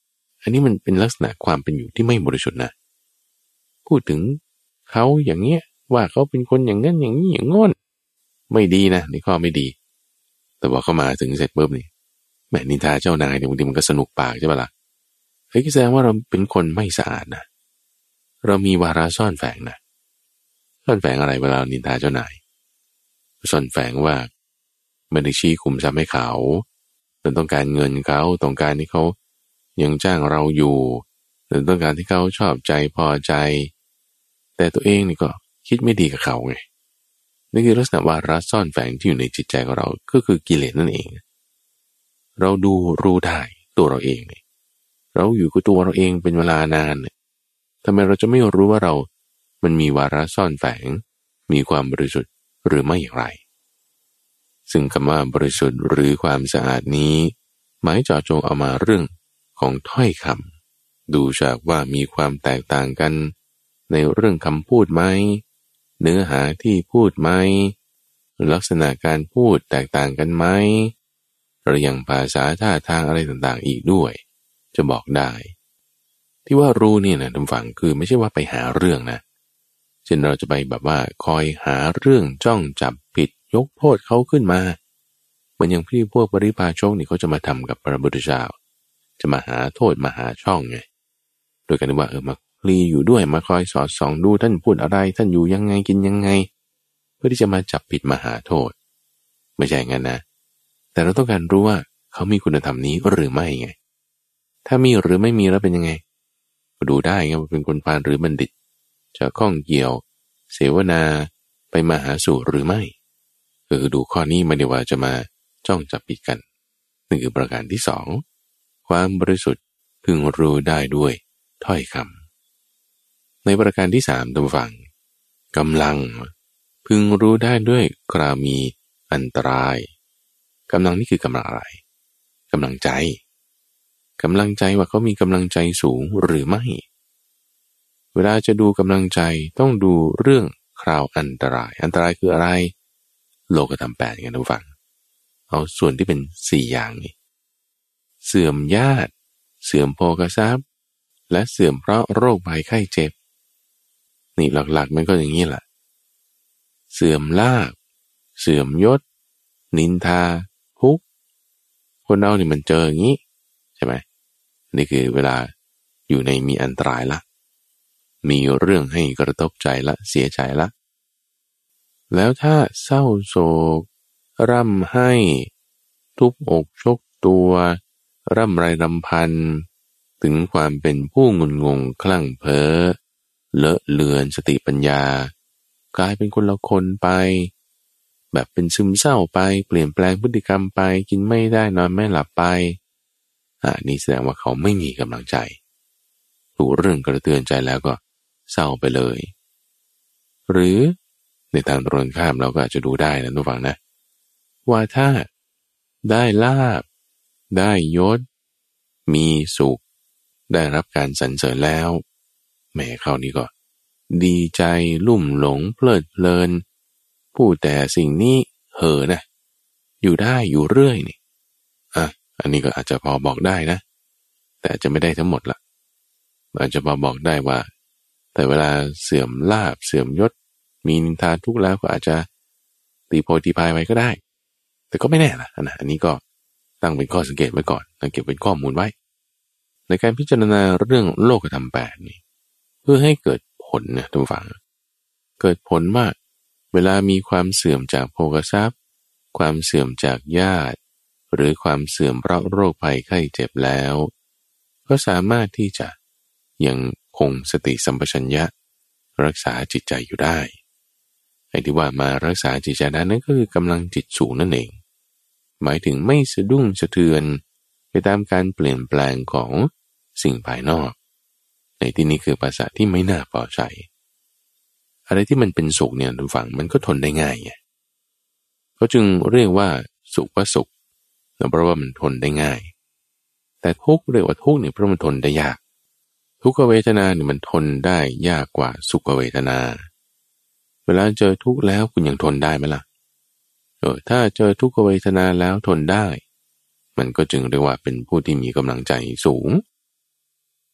S1: อันนี้มันเป็นลักษณะความเป็นอยู่ที่ไม่บริสุทธิ์นะพูดถึงเขาอย่างเงี้ยว่าเขาเป็นคนอย่างนั้นอย่างนี้อย่างงอนไม่ดีนะในข้อไม่ดีแต่พอเข้ามาถึงเสร็จปุ๊บนี่แหมนินทาเจ้านายเนี่ยบางทีมันก็สนุกปากใช่ปะล่ะเฮ้ยแสดงว่าเราเป็นคนไม่สะอาดนะเรามีวาระซ่อนแฝงนะซ่อนแฝงอะไรเวลานินทาเจ้านายซ่อนแฝงว่าไม่ได้ชี้คุมทรัพย์ให้เขาเราต้องการเงินเขาต้องการที่เขายังจ้างเราอยู่เราต้องการที่เขาชอบใจพอใจแต่ตัวเองนี่ก็คิดไม่ดีกับเขาไงนี่คือลักษณะวาระซ่อนแฝงที่อยู่ในจิตใจของเราก็คือกิเลสนั่นเองเราดูรู้ได้ตัวเราเองเนี่ยเราอยู่กับตัวเราเองเป็นเวลานานเนี่ยทำไมเราจะไม่รู้ว่าเรามันมีวาระซ่อนแฝงมีความบริสุทธิ์หรือไม่อย่างไรซึ่งคำว่าบริสุทธิ์หรือความสะอาดนี้หมายเจาะจงเอามาเรื่องของถ้อยคำดูจากว่ามีความแตกต่างกันในเรื่องคำพูดไหมเนื้อหาที่พูดไหมลักษณะการพูดแตกต่างกันไหมหรืออย่างภาษาท่าทางอะไรต่างๆอีกด้วยจะบอกได้ที่ว่ารู้เนี่ยนะท่านฟังคือไม่ใช่ว่าไปหาเรื่องนะเช่นเราจะไปแบบว่าคอยหาเรื่องจ้องจับผิดยกโทษเขาขึ้นมาเหมือนอย่างที่พวกปริพาชกนี่เขาจะมาทำกับพระพุทธเจ้าจะมาหาโทษมาหาช่องไงโดยการที่ว่ามาคลีอยู่ด้วยมาคอยสอดส่องดูท่านพูดอะไรท่านอยู่ยังไงกินยังไงเพื่อที่จะมาจับผิดมาหาโทษไม่ใช่งั้นนะแต่เราต้องการรู้ว่าเขามีคุณธรรมนี้หรือไม่ไงถ้ามีหรือไม่มีแล้วเป็นยังไงก็ดูได้ไงว่าเป็นคนพาลหรือบัณฑิตจะข้องเกี่ยวเสวนาไปมาหาสู่หรือไม่คือดูข้อนี้ไม่ได้ว่าจะมาจ้องจับผิดกันนี่คือประการที่สองความบริสุทธิ์พึงรู้ได้ด้วยถ้อยคำในประการที่สามท่านฟังกำลังพึงรู้ได้ด้วยครามีอันตรายกำลังนี่คือกำลังอะไรกำลังใจกำลังใจว่าเขามีกำลังใจสูงหรือไม่เวลาจะดูกำลังใจต้องดูเรื่องคราวอันตรายอันตรายคืออะไรโลกธรรม8กันท่านฟังเอาส่วนที่เป็น4อย่างนี้เสื่อมญาติเสื่อมโภคทรัพย์และเสื่อมเพราะโรคภัยไข้เจ็บนี่หลักๆมันก็อย่างนี้แหละเสื่อมลาภเสื่อมยศนินทาทุกข์คนเรานี่มันเจออย่างนี้ใช่ไหมนี่คือเวลาอยู่ในมีอันตรายละมีเรื่องให้กระทบใจละเสียใจละแล้วถ้าเศร้าโศกร่ำไห้ทุบอกชกตัวร่ำไรรำพันถึงความเป็นผู้งุนงงคลั่งเพ้อเลอะเลือนสติปัญญากลายเป็นคนละคนไปแบบเป็นซึมเศร้าไปเปลี่ยนแปลงพฤติกรรมไปกินไม่ได้นอนไม่หลับไปนี่แสดงว่าเขาไม่มีกำลังใจถูกเรื่องกระเตือนใจแล้วก็เศร้าไปเลยหรือในทางตรงข้ามเราก็อาจจะดูได้นะทุกฝั่งนะว่าถ้าได้ลาภได้ยศมีสุขได้รับการสรรเสริญแล้วแหมคราวนี้ก็ดีใจลุ่มหลงเพลิดเพลินพูดแต่สิ่งนี้นะอยู่ได้อยู่เรื่อยนี่อันนี้ก็อาจจะพอบอกได้นะแต่อาจจะไม่ได้ทั้งหมดละอาจจะพอบอกได้ว่าแต่เวลาเสื่อมลาภเสื่อมยศมีนินทาทุกข์แล้วก็อาจจะตีโพยตีพายไว้ก็ได้แต่ก็ไม่แน่ล่ะนะอันนี้ก็ตั้งเป็นข้อสังเกตไว้ก่อนเก็บเป็นข้อมูลไว้ในการพิจารณาเรื่องโลกธรรม8นี่เพื่อให้เกิดผลนะทุกฝั่งเกิดผลว่าเวลามีความเสื่อมจากโภคทรัพย์ความเสื่อมจากญาติหรือความเสื่อมเพราะโรคภัยไข้เจ็บแล้วก็สามารถที่จะยังคงสติสัมปชัญญะรักษาจิตใจอยู่ได้ไอ้ที่ว่ามารักษาจิตใจนั้นก็คือกำลังจิตสูงนั่นเองหมายถึงไม่สะดุ้งสะเทือนไปตามการเปลี่ยนแปลงของสิ่งภายนอกในที่นี้คือภาษาที่ไม่น่าพอใจอะไรที่มันเป็นสุขเนี่ยทุกฝั่งมันก็ทนได้ง่ายไงเขาจึงเรียกว่าสุขว่าสุขเพราะว่ามันทนได้ง่ายแต่ทุกข์เรียกว่าทุกข์เนี่ยเพราะมันทนได้ยากทุกขเวทนาเนี่ยมันทนได้ยากกว่าสุขเวทนาเวลาเจอทุกข์แล้วคุณยังทนได้ไหมล่ะถ้าเจอทุกขเวทนาแล้วทนได้มันก็จึงเรียกว่าเป็นผู้ที่มีกำลังใจสูง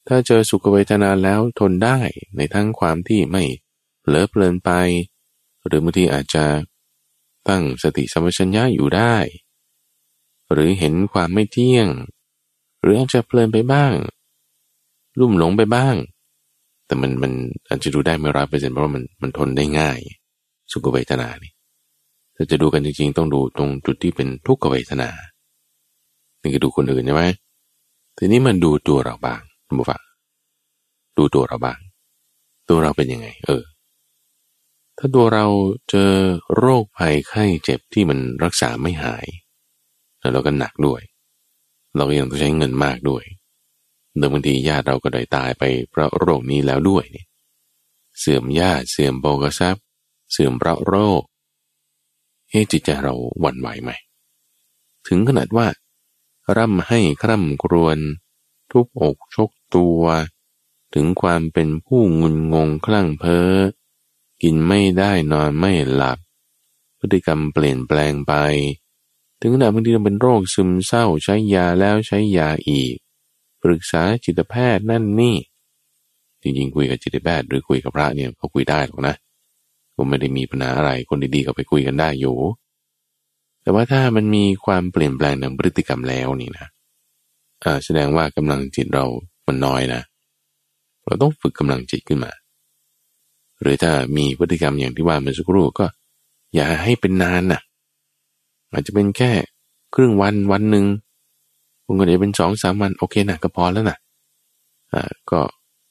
S1: ถ้าเจอสุขเวทนาแล้วทนได้ในทั้งความที่ไม่เผลอเพลินไปหรือบางทีอาจจะตั้งสติสัมปชัญญะอยู่ได้หรือเห็นความไม่เที่ยงหรืออาจจะเพลินไปบ้างลุ่มหลงไปบ้างแต่มันอาจจะดูได้ไม่100%เพราะว่ามันทนได้ง่ายสุขเวทนานี่ถ้าจะดูกันจริงๆต้องดูตรงจุดที่เป็นทุกขเวทนานี่ก็ดูคนอื่นใช่ไหมทีนี้มันดูตัวเราบ้างท่านผู้ฟังดูตัวเราบ้างตัวเราเป็นยังไงถ้าตัวเราเจอโรคภัยไข้เจ็บที่มันรักษาไม่หายแล้วเราก็หนักด้วยเราก็ยังต้องใช้เงินมากด้วยโดยบางทีญาติเราก็ได้ตายไปเพราะโรคนี้แล้วด้วยนี่เสื่อมญาติเสื่อมโภคทรัพย์เสื่อมเพราะโรคจิตใจเราหวั่นไหวไหมถึงขนาดว่าร่ำให้คร่ำครวญทุบอกชกตัวถึงความเป็นผู้งุนงงคลั่งเพ้อกินไม่ได้นอนไม่หลับพฤติกรรมเปลี่ยนแปลงไปถึงขนาดบางทีเราเป็นโรคซึมเศร้าใช้ยาแล้วใช้ยาอีกปรึกษาจิตแพทย์นั่นนี่จริงๆคุยกับจิตแพทย์หรือคุยกับพระเนี่ยเขาคุยได้หรอกนะผมไม่ได้มีปัญหาอะไรคนดีๆก็ไปคุยกันได้อยู่แต่ว่าถ้ามันมีความเปลี่ยนแปลงทางพฤติกรรมแล้วนี่นะแสดงว่ากำลังจิตเรามันน้อยนะเราต้องฝึกกำลังจิตขึ้นมาหรือถ้ามีพฤติกรรมอย่างที่ว่าเมื่อสักครู่ก็อย่าให้เป็นนานนะอาจจะเป็นแค่ครึ่งวันหนึ่งคุณก็เดี๋ยวเป็น2-3 วันโอเคนะก็พอแล้วนะก็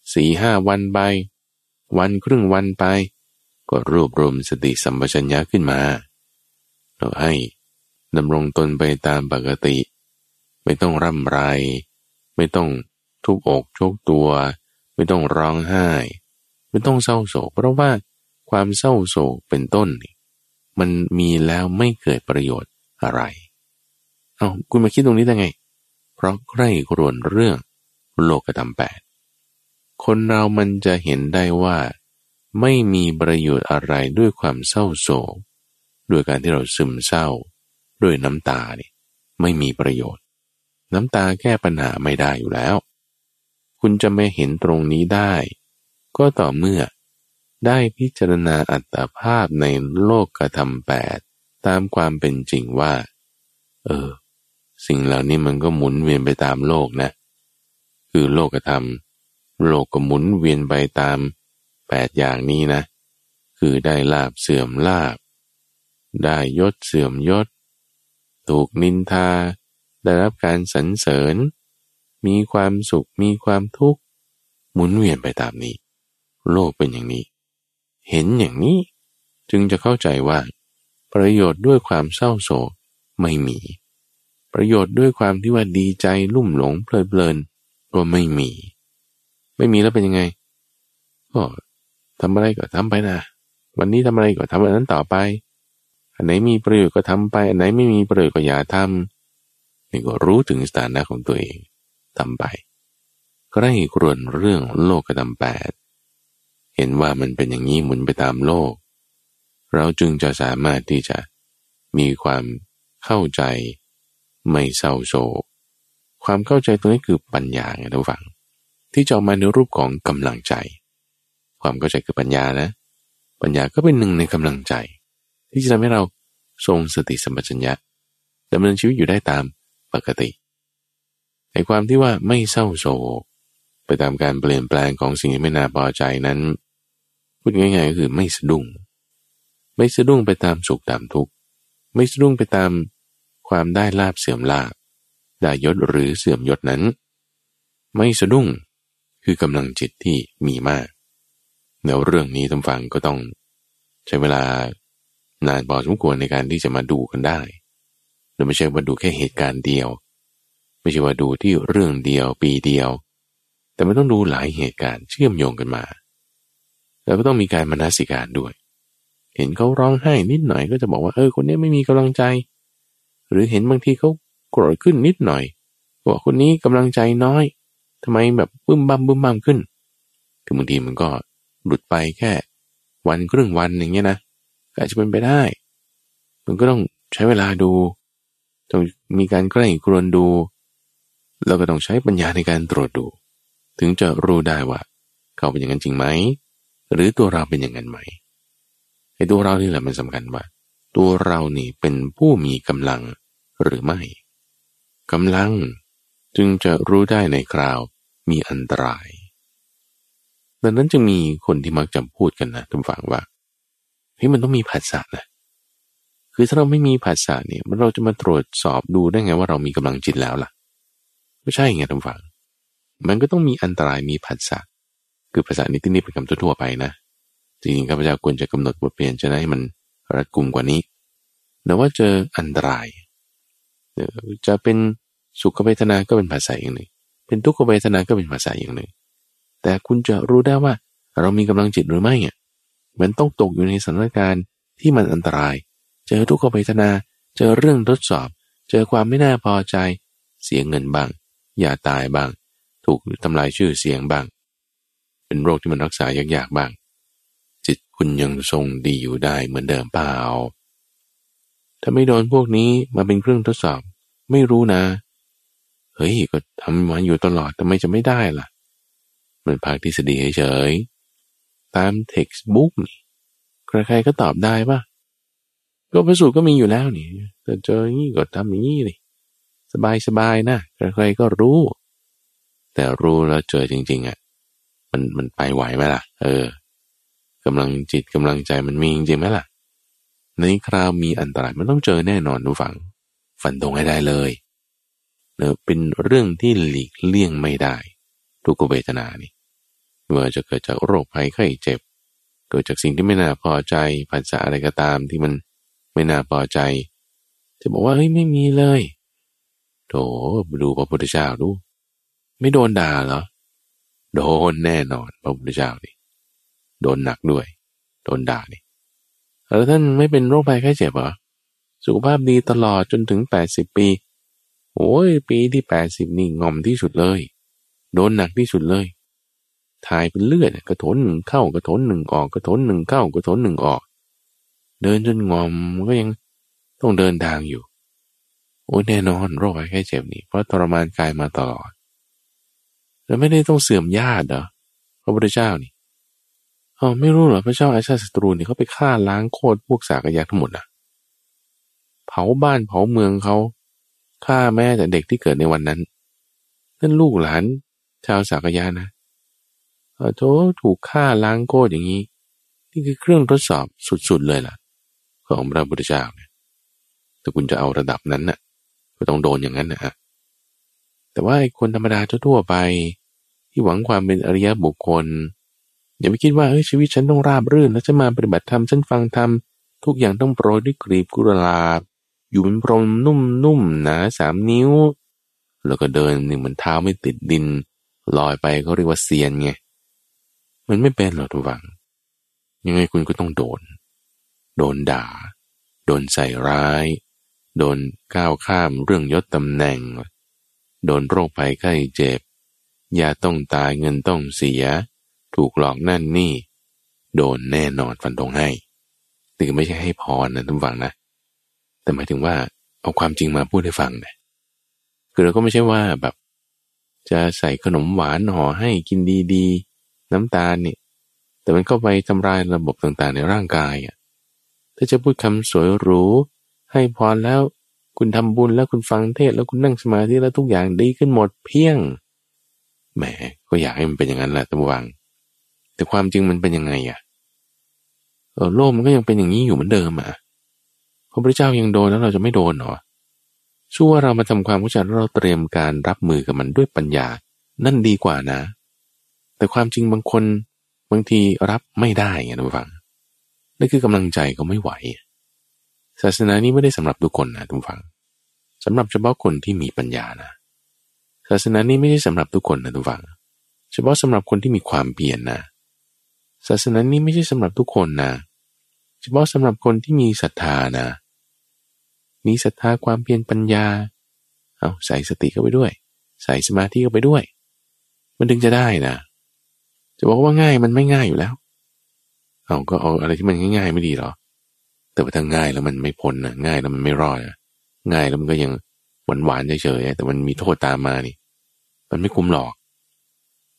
S1: 4-5 วันไปวันครึ่งวันไปก็รวบรวมสติสัมปชัญญะขึ้นมาเราให้ดำรงตนไปตามปกติไม่ต้องร่ำไรไม่ต้องทุบอกชกตัวไม่ต้องร้องไห้ไม่ต้องเศร้าโศกเพราะว่าความเศร้าโศกเป็นต้นนี่มันมีแล้วไม่เกิดประโยชน์อะไรคุณมาคิดตรงนี้ได้ไงเพราะใคร่ครวญเรื่องโลกธรรม8คนเรามันจะเห็นได้ว่าไม่มีประโยชน์อะไรด้วยความเศร้าโศกด้วยการที่เราซึมเศร้าด้วยน้ำตานี่ไม่มีประโยชน์น้ำตาแก้ปัญหาไม่ได้อยู่แล้วคุณจะไม่เห็นตรงนี้ได้ก็ต่อเมื่อได้พิจารณาอัตภาพในโลกธรรม8ตามความเป็นจริงว่าสิ่งเหล่านี้มันก็หมุนเวียนไปตามโลกนะคือโลกธรรมโลกก็หมุนเวียนไปตาม8อย่างนี้นะคือได้ลาภเสื่อมลาภได้ยศเสื่อมยศถูกนินทาได้รับการสรรเสริญมีความสุขมีความทุกข์หมุนเวียนไปตามนี้โลกเป็นอย่างนี้เห็นอย่างนี้จึงจะเข้าใจว่าประโยชน์ด้วยความเศร้าโศกไม่มีประโยชน์ด้วยความที่ว่าดีใจลุ่มหลงเพลินก็ไม่มีแล้วเป็นยังไงก็ทำอะไรก็ทำไปนะวันนี้ทำอะไรก็ทำอันนั้นต่อไปอันไหนมีประโยชน์ก็ทำไปอันไหนไม่มีประโยชน์ก็อย่าทำนี่ก็รู้ถึงสถานะของตัวเองทำไปใคร่ครวญเรื่องโลกธรรม8เห็นว่ามันเป็นอย่างนี้หมุนไปตามโลกเราจึงจะสามารถที่จะมีความเข้าใจไม่เศร้าโศกความเข้าใจตรงนี้คือปัญญาไงท่านผู้ฟังที่จะออกมาในรูปของกำลังใจความเข้าใจคือปัญญานะปัญญาก็เป็นหนึ่งในกำลังใจที่จะทำให้เราทรงสติสัมปชัญญะดำเนินชีวิตอยู่ได้ตามปกติในความที่ว่าไม่เศร้าโศกไปตามการเปลี่ยนแปลงของสิ่งที่ไม่น่าพอใจนั้นพูดง่ายๆก็คือไม่สะดุ้งไปตามสุขตามทุกข์ไม่สะดุ้งไปตามความได้ลาภเสื่อมลาภได้ยศหรือเสื่อมยศนั้นไม่สะดุ้งคือกำลังจิตที่มีมากแล้วเรื่องนี้ท่านฟังก็ต้องใช้เวลานานพอสมควรในการที่จะมาดูกันได้โดยไม่ใช่ว่าดูแค่เหตุการณ์เดียวไม่ใช่ว่าดูที่เรื่องเดียวปีเดียวแต่มันต้องดูหลายเหตุการณ์เชื่อมโยงกันมาแล้วก็ต้องมีการมนสิการด้วยเห็นเขาร้องไห้นิดหน่อยก็จะบอกว่าคนนี้ไม่มีกำลังใจหรือเห็นบางทีเขาโกรธขึ้นนิดหน่อยบอกคนนี้กำลังใจน้อยทำไมแบบบึ้มบั่มขึ้นคือบางทีมันก็หลุดไปแค่วันครึ่งวันอย่างเงี้ยนะอาจจะเป็นไปได้มันก็ต้องใช้เวลาดูต้องมีการใกล้ครวนดูแล้วก็ต้องใช้ปัญญาในการตรวจดูถึงจะรู้ได้ว่าเขาเป็นอย่างนั้นจริงไหมหรือตัวเราเป็นอย่างนั้นไหมไอ้ตัวเรานี่แหละมันสำคัญว่าตัวเรานี่เป็นผู้มีกำลังหรือไม่กำลังจึงจะรู้ได้ในคราวมีอันตรายดังนั้นจึงมีคนที่มักจะพูดกันนะทุกฝั่งว่าเฮ้ยมันต้องมีผัสสะนะคือถ้าเราไม่มีผัสสะเนี่ยเราจะมาตรวจสอบดูได้ไงว่าเรามีกำลังจิตแล้วล่ะไม่ใช่ไงทุกฝั่งมันก็ต้องมีอันตรายมีผัสสะคือภาษานี้ที่นี่เป็นคำทั่วไปนะจริงๆข้าพเจ้าควรจะกำหนดบทเรียนจะได้ให้มันรัดกุมกว่านี้แต่ว่าเจออันตรายจะเป็นสุขเวทนาก็เป็นภาษาอย่างหนึ่งเป็นทุกขเวทนาก็เป็นภาษาอย่างหนึ่งแต่คุณจะรู้ได้ว่าเรามีกำลังจิตหรือไม่อ่ะมันต้องตกอยู่ในสถานการณ์ที่มันอันตรายเจอทุกขเวทนาเจอเรื่องทดสอบเจอความไม่น่าพอใจเสียเงินบ้างอย่าตายบ้างถูกทำลายชื่อเสียงบ้างเป็นโรคที่มันรักษายากๆบ้างจิตคุณยังทรงดีอยู่ได้เหมือนเดิมเปล่าถ้าไม่โดนพวกนี้มาเป็นเครื่องทดสอบไม่รู้นะเฮ้ยก็ทำมาอยู่ตลอดทำไมจะไม่ได้ล่ะมันภาคทฤษฎีเฉยๆตาม textbook นี่ใครๆก็ตอบได้ป่ะก็พระสูตรก็มีอยู่แล้วนี่แต่เจออย่างนี้ก็ทำอย่างนี้นี่สบายๆนะใครๆก็รู้แต่รู้แล้วเจอจริงๆอ่ะมันไปไหวไหมล่ะกำลังจิตกำลังใจมันมีจริงไหมล่ะในคราวมีอันตรายมันต้องเจอแน่นอนทุกฝั่งฟันธงให้ได้เลยเนอะเป็นเรื่องที่หลีกเลี่ยงไม่ได้ทุกขเวทนานี่ไม่ว่าจะเกิดจากโรคภัยไข้เจ็บเกิดจากสิ่งที่ไม่น่าพอใจผัสสะอะไรก็ตามที่มันไม่น่าพอใจจะบอกว่าเฮ้ยไม่มีเลยโถดูพระพุทธเจ้าดูไม่โดนด่าเหรอโดนแน่นอนพระพุทธเจ้านี่โดนหนักด้วยโดนด่านี่แล้วท่านไม่เป็นโรคภัยไข้เจ็บเหรอสุขภาพดีตลอดจนถึง80ปีโอ้ยปีที่80นี่งอมที่สุดเลยโดนหนักที่สุดเลยถ่ายเป็นเลือดกระโถนหนึ่งเข้ากระโถนหนึ่งออกกระโถนหนึ่งเข้ากระโถนหนึ่งออกเดินจนงอมก็ยังต้องเดินทางอยู่โอ้ยแน่นอนโรคภัยไข้เจ็บนี่เพราะทรมานกายมาตลอดแล้วไม่ได้ต้องเสื่อมญาติเหรอพระพุทธเจ้านี่ไม่รู้เหรอพระเจ้าอาชาติศัตรูนี่เขาไปฆ่าล้างโคตรพวกสากยะทั้งหมดนะเผาบ้านเผาเมืองเขาฆ่าแม่แต่เด็กที่เกิดในวันนั้นนั่นลูกหลานชาวสากยะนะโธ่ถูกฆ่าล้างโคตรอย่างนี้นี่คือเครื่องทดสอบสุดๆเลยล่ะของพระพุทธเจ้าเนี่ยแต่คุณจะเอาระดับนั้นน่ะก็ต้องโดนอย่างนั้นนะแต่ว่าไอ้คนธรรมดาทั่วไปที่หวังความเป็นอริยบุคคลอย่าไปคิดว่าชีวิตฉันต้องราบรื่นแล้วจะมาปฏิบัติธรรมฉันฟังธรรมทุกอย่างต้องโปรยด้วยกลีบกุหลาบอยู่เป็นพรหมนุ่มๆหนา3 นิ้วแล้วก็เดินหนึ่งมันเท้าไม่ติดดินลอยไปเขาเรียกว่าเซียนไงมันไม่เป็นหรอกทุกฝังยังไงคุณก็ต้องโดนด่าโดนใส่ร้ายโดนก้าวข้ามเรื่องยศตำแหน่งโดนโรคภัยไข้เจ็บยาต้องตายเงินต้องเสียถูกหลอกนั่นนี่โดนแน่นอนฟันธงให้แต่ไม่ใช่ให้พรนะทุกฝังนะแต่หมายถึงว่าเอาความจริงมาพูดให้ฟังนะคือเราก็ไม่ใช่ว่าแบบจะใส่ขนมหวานห่อให้กินดีๆน้ำตาลนี่แต่มันเข้าไปทำลายระบบต่างๆในร่างกายอ่ะถ้าจะพูดคำสวยหรูให้พรแล้วคุณทำบุญแล้วคุณฟังเทศแล้วคุณนั่งสมาธิแล้วทุกอย่างดีขึ้นหมดเพียงแหมก็อยากให้มันเป็นอย่างนั้นแหละทุกฝังแต่ความจริงมันเป็นยังไงอ่ะโลกมันก็ยังเป็นอย่างนี้อยู่เหมือนเดิมอ่ะพระพุทธเจ้ายังโดนแล้วเราจะไม่โดนหรอชั่วเรามาทำความเข้าใจแล้วเราเตรียมการรับมือกับมันด้วยปัญญานั่นดีกว่านะแต่ความจริงบางคนบางทีรับไม่ได้ไงทุกฝังนั่นคือกำลังใจเขาไม่ไหวศาสนานี้ไม่ได้สำหรับทุกคนนะทุกฝังสำหรับเฉพาะคนที่มีปัญญานะศาสนานี้ไม่ใช่สำหรับทุกคนนะทุกฝังเฉพาะสำหรับคนที่มีความเพียรนะศาสนานี้ไม่ใช่สำหรับทุกคนนะเฉพาะสำหรับคนที่มีศรัทธานะมีศรัทธาความเพียรปัญญาเอาใส่สติเข้าไปด้วยใส่สมาธิเข้าไปด้วยมันถึงจะได้นะจะบอกว่าง่ายมันไม่ง่ายอยู่แล้วก็เอาอะไรที่มันง่ายๆไม่ดีหรอแต่ว่าถ้าง่ายแล้วมันไม่พ้นนะง่ายแล้วมันไม่รอดนะง่ายแล้วมันก็ยังหวานๆเฉยๆแต่มันมีโทษตามมานี่มันไม่คุ้มหรอกแต่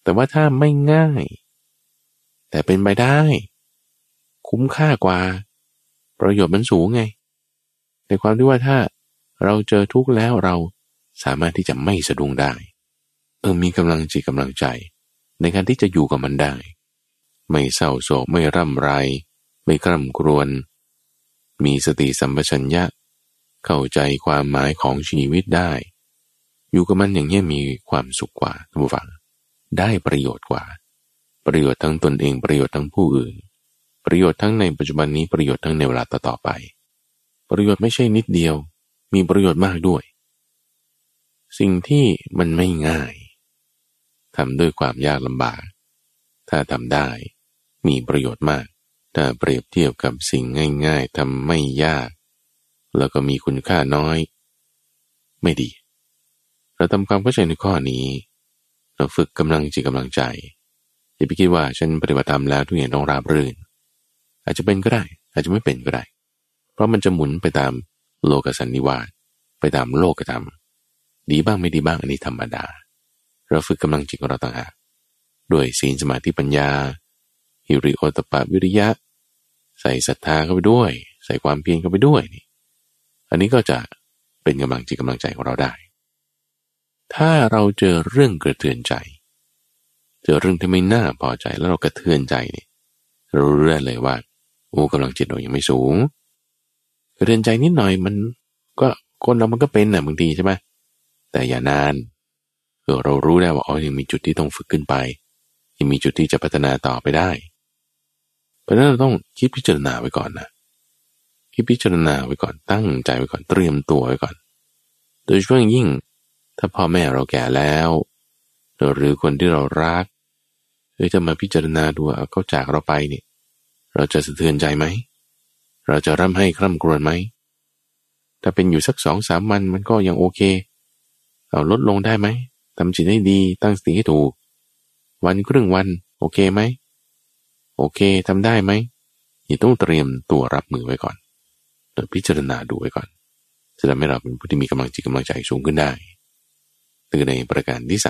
S1: แต่ว่าถ้าไม่ง่ายแต่เป็นไปได้คุ้มค่ากว่าประโยชน์มันสูงไงในความที่ว่าถ้าเราเจอทุกข์แล้วเราสามารถที่จะไม่สะดุ้งได้มีกำลังจิตกำลังใจในการที่จะอยู่กับมันได้ไม่เศร้าโศกไม่ร่ำไรไม่คร่ำครวญมีสติสัมปชัญญะเข้าใจความหมายของชีวิตได้อยู่กับมันอย่างนี้มีความสุขกว่าท่านผู้ฟังได้ประโยชน์กว่าประโยชน์ทั้งตนเองประโยชน์ทั้งผู้อื่นประโยชน์ทั้งในปัจจุบันนี้ประโยชน์ทั้งในเวลาต่อๆไปประโยชน์ไม่ใช่นิดเดียวมีประโยชน์มากด้วยสิ่งที่มันไม่ง่ายทำด้วยความยากลำบากถ้าทำได้มีประโยชน์มากถ้าเปรียบเทียบกับสิ่งง่ายๆทำไม่ยากแล้วก็มีคุณค่าน้อยไม่ดีเราทำความเข้าใจในข้อนี้เราฝึกกำลังจิตกำลังใจอย่าไปคิดว่าฉันปฏิบัติธรรมแล้วทุกอย่างต้องราบรื่นอาจจะเป็นก็ได้อาจจะไม่เป็นก็ได้เพราะมันจะหมุนไปตามโลกสันนิวาสไปตามโลกธรรมดีบ้างไม่ดีบ้างอันนี้ธรรมดาเราฝึกกำลังจิตของเราต่างหากด้วยศีลสมาธิปัญญาหิริโอตปะวิริยะใส่ศรัทธาเข้าไปด้วยใส่ความเพียรเข้าไปด้วยนี่อันนี้ก็จะเป็นกำลังจิตกำลังใจของเราได้ถ้าเราเจอเรื่องกระเทือนใจเจอเรื่องที่ไม่น่าพอใจแล้วเรากระเทือนใจนี่เรารู้ได้เลยว่าโอ้กำลังจิตเรายังไม่สูงกระเทือนใจนิดหน่อยมันก็คนเรามันก็เป็นบางทีใช่ไหมแต่อย่านานเรารู้ได้ว่ายังมีจุดที่ต้องฝึกขึ้นไปยังมีจุดที่จะพัฒนาต่อไปได้เพราะฉะนั้นเราต้องคิดพิจารณาไว้ก่อนนะคิดพิจารณาไว้ก่อนตั้งใจไว้ก่อนเตรียมตัวไว้ก่อนโดยเฉพาะยิ่งถ้าพ่อแม่เราแก่แล้วหรือคนที่เรารักจะมาพิจารณาดูเขาจากเราไปนี่เราจะสะเทือนใจไหมเราจะร่ำให้คร่ำครวญไหมถ้าเป็นอยู่สัก 2-3 วันมันก็ยังโอเคเอาลดลงได้ไหมทำจิตให้ดีตั้งสติให้ถูกวันครึ่งวันโอเคไหมโอเคทำได้ไหมนี่ต้องเตรียมตัวรับมือไว้ก่อนโดยพิจารณาดูไว้ก่อนจะทำให้เราเป็นผู้ที่มีกำลังจิตกำลังใจสูงขึ้นได้คือในประการที่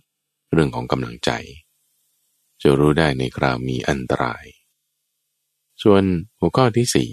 S1: 3เรื่องของกำลังใจจะรู้ได้ในคราวมีอันตรายส่วนหัวข้อที่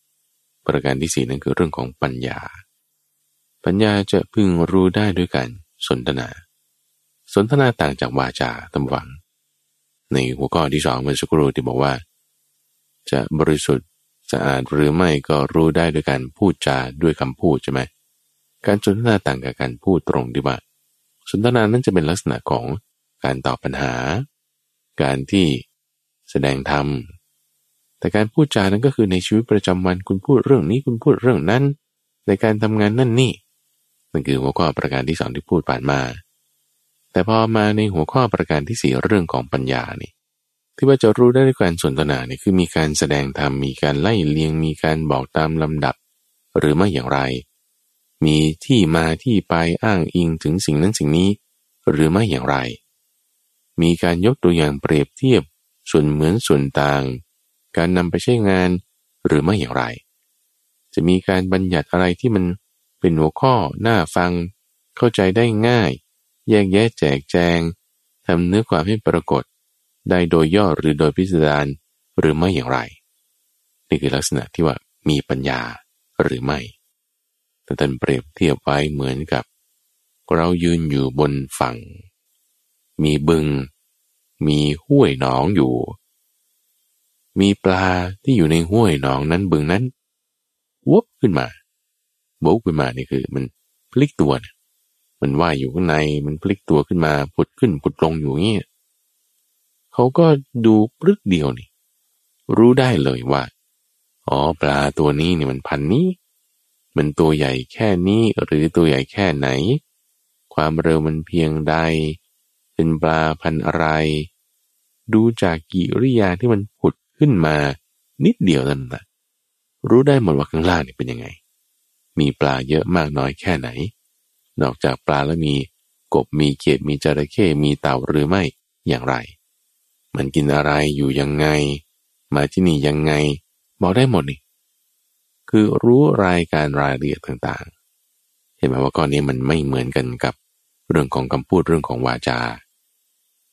S1: 4ประการที่4นั่นคือเรื่องของปัญญาปัญญาจะพึงรู้ได้ด้วยการสนทนาต่างจากวาจาตำวังในหัวข้อที่2เมื่อสักครู่ที่บอกว่าจะบริสุทธิ์สะอาดหรือไม่ก็รู้ได้ด้วยการพูดจาด้วยคำพูดใช่ไหมการสนทนาต่างกับการพูดตรงที่ว่าสนทนานั้นจะเป็นลักษณะของการตอบปัญหาการที่แสดงธรรมแต่การพูดจานั้นก็คือในชีวิตประจำวันคุณพูดเรื่องนี้คุณพูดเรื่องนั้นในการทำงานนั่นนี่นั่นคือหัวข้อประการที่2ที่พูดผ่านมาแต่พอมาในหัวข้อประการที่4เรื่องของปัญญานี่ที่ว่าจะรู้ได้ด้วยการสนทนาเนี่ยคือมีการแสดงธรรมมีการไล่เลียงมีการบอกตามลำดับหรือไม่อย่างไรมีที่มาที่ไปอ้างอิงถึงสิ่งนั้นสิ่งนี้หรือไม่อย่างไรมีการยกตัวอย่างเปรียบเทียบส่วนเหมือนส่วนต่างการนำไปใช้งานหรือไม่อย่างไรจะมีการบัญญัติอะไรที่มันเป็นหัวข้อน่าฟังเข้าใจได้ง่ายแยกแยะแจกแจงทำเนื้อความให้ปรากฏได้โดยย่อหรือโดยพิสดารหรือไม่อย่างไรนี่คือลักษณะที่ว่ามีปัญญาหรือไม่แต่ท่านเปรียบเทียบไว้เหมือนกับเรายืนอยู่บนฝั่งมีบึงมีห้วยหนองอยู่มีปลาที่อยู่ในห้วยหนองนั้นบึงนั้นวุบขึ้นมานี่คือมันพลิกตัวเนี่ยมันว่ายอยู่ข้างในมันพลิกตัวขึ้นมาผุดขึ้นผุดลงอยู่เงี้ยเขาก็ดูปลึกเดียวนี่รู้ได้เลยว่าปลาตัวนี้นี่มันพันนี้มันตัวใหญ่แค่นี้หรือตัวใหญ่แค่ไหนความเร็วมันเพียงใดเป็นปลาพันอะไรดูจากกิริยาที่มันผุดขึ้นมานิดเดียวนั่นแหละรู้ได้หมดว่าข้างล่างนี่เป็นยังไงมีปลาเยอะมากน้อยแค่ไหนนอกจากปลาแล้วมีกบมีเขียดมีจระเข้มีเต่าหรือไม่อย่างไรมันกินอะไรอยู่ยังไงมาที่นี่ยังไงบอกได้หมดนี่คือรู้รายละเอียดต่างๆเห็นไหมว่าก้อนนี้มันไม่เหมือนกันกับเรื่องของคำพูดเรื่องของวาจา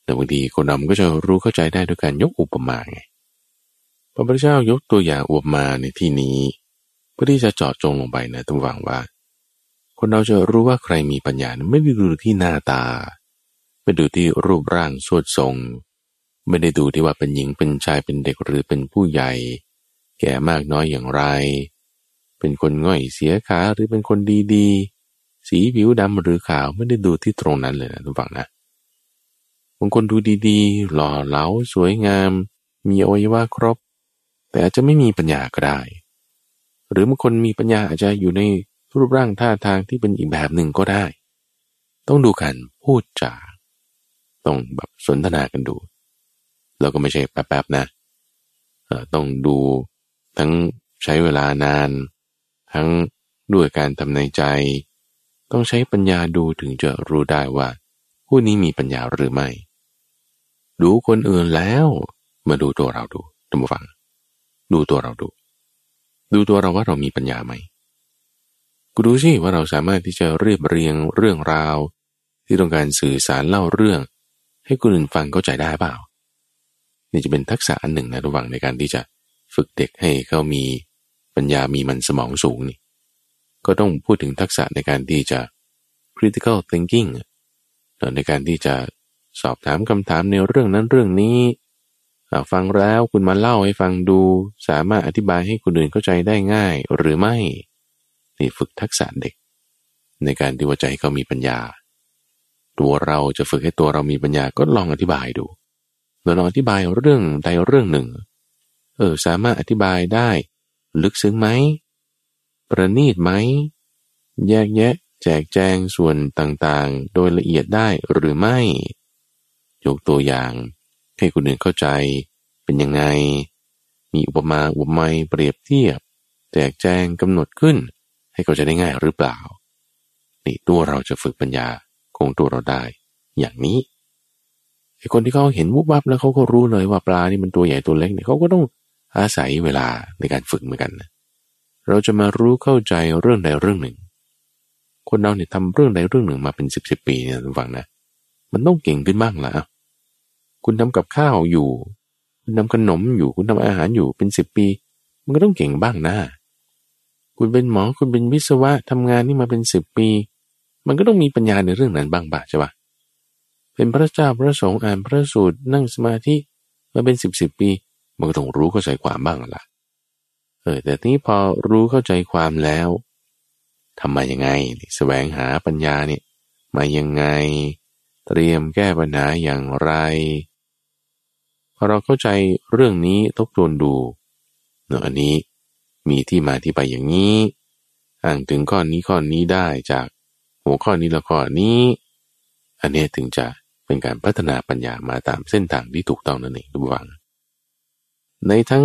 S1: แต่บางทีคนเรามันก็จะรู้เข้าใจได้ด้วยการยกอุปมาไงพระพุทธเจ้ายกตัวอย่างอุปมาในที่นี้เพื่อที่จะเจาะจงลงไปนะต้องฟังว่าคนเราจะรู้ว่าใครมีปัญญาไม่ได้ดูที่หน้าตาไม่ดูที่รูปร่างสวดทรงไม่ได้ดูที่ว่าเป็นหญิงเป็นชายเป็นเด็กหรือเป็นผู้ใหญ่แก่มากน้อยอย่างไรเป็นคนง่อยเสียขาหรือเป็นคนดีๆสีผิวดำหรือขาวไม่ได้ดูที่ตรงนั้นเลยนะทุกฝั่งนะบางคนดูดีๆหล่อเหลาสวยงามมีอวัยวะครบแต่อาจจะไม่มีปัญญาก็ได้หรือบางคนมีปัญญาอาจจะอยู่ในรูปร่างท่าทางที่เป็นอีกแบบหนึ่งก็ได้ต้องดูกันพูดจาต้องแบบสนทนากันดูแล้วก็ไม่ใช่แป๊บๆนะต้องดูทั้งใช้เวลานานทั้งด้วยการทำในใจต้องใช้ปัญญาดูถึงจะรู้ได้ว่าผู้นี้มีปัญญาหรือไม่ดูคนอื่นแล้วมาดูตัวเราดูท่านผู้ฟังดูตัวเราดูตัวเราว่าเรามีปัญญาไหมกูดูสิว่าเราสามารถที่จะเรียบเรียงเรื่องราวที่ต้องการสื่อสารเล่าเรื่องให้คนอื่นฟังเข้าใจได้เปล่านี่จะเป็นทักษะอันหนึ่งนะระหว่างในการที่จะฝึกเด็กให้เขามีปัญญามีมันสมองสูงนี่ก็ต้องพูดถึงทักษะในการที่จะ critical thinking ในการที่จะสอบถามคำถามในเรื่องนั้นเรื่องนี้ฟังแล้วคุณมาเล่าให้ฟังดูสามารถอธิบายให้คนอื่นเข้าใจได้ง่ายหรือไม่นี่ฝึกทักษะเด็กในการที่ว่าจะให้เขามีปัญญาตัวเราจะฝึกให้ตัวเรามีปัญญาก็ลองอธิบายดูเราลองอธิบายเรื่องใดเรื่องหนึ่งสามารถอธิบายได้ลึกซึ้งไหมประณีตไหมแยกแยะแจกแจงส่วนต่างๆโดยละเอียดได้หรือไม่ยกตัวอย่างให้คนอื่นเข้าใจเป็นยังไงมีอุปมาอุปไมยเปรียบเทียบแจกแจงกำหนดขึ้นให้เขาจะได้ง่ายหรือเปล่านี่ตัวเราจะฝึกปัญญาคงตัวเราได้อย่างนี้ไอ้คนที่เขาเห็นวุบวับแล้วเขาก็รู้เลยว่าปลานี่มันตัวใหญ่ตัวเล็กเนี่ยเขาก็ต้องอาศัยเวลาในการฝึกเหมือนกันนะเราจะมารู้เข้าใจเรื่องใดเรื่องหนึ่งคนเราเนี่ยทำเรื่องใดเรื่องหนึ่งมาเป็น10 ปีเนี่ยฟังนะมันต้องเก่งขึ้นบ้างละคุณทำกับข้าวอยู่คุณทำขนมอยู่คุณทำอาหารอยู่เป็น10 ปีมันก็ต้องเก่งบ้างนะคุณเป็นหมอคุณเป็นวิศวะทำงานนี่มาเป็น10 ปีมันก็ต้องมีปัญญาในเรื่องนั้นบ้างป่ะใช่ปะเป็นพระเจ้าพระสงฆ์อ่านพระสูตรนั่งสมาธิมาเป็น10 ปีมันก็ต้องรู้เข้าใจความบ้างล่ะแต่นี้พอรู้เข้าใจความแล้วทำมายังไงแสวงหาปัญญาเนี่ยมายังไงเตรียมแก้ปัญหาอย่างไรพอเราเข้าใจเรื่องนี้ทบทวนดูอันนี้มีที่มาที่ไปอย่างนี้อ้างถึงข้อนี้ได้จากหัวข้อนี้และข้อนี้อันนี้ถึงจะเป็นการพัฒนาปัญญามาตามเส้นทางที่ถูกต้องนั่นเองทุกฝังในทั้ง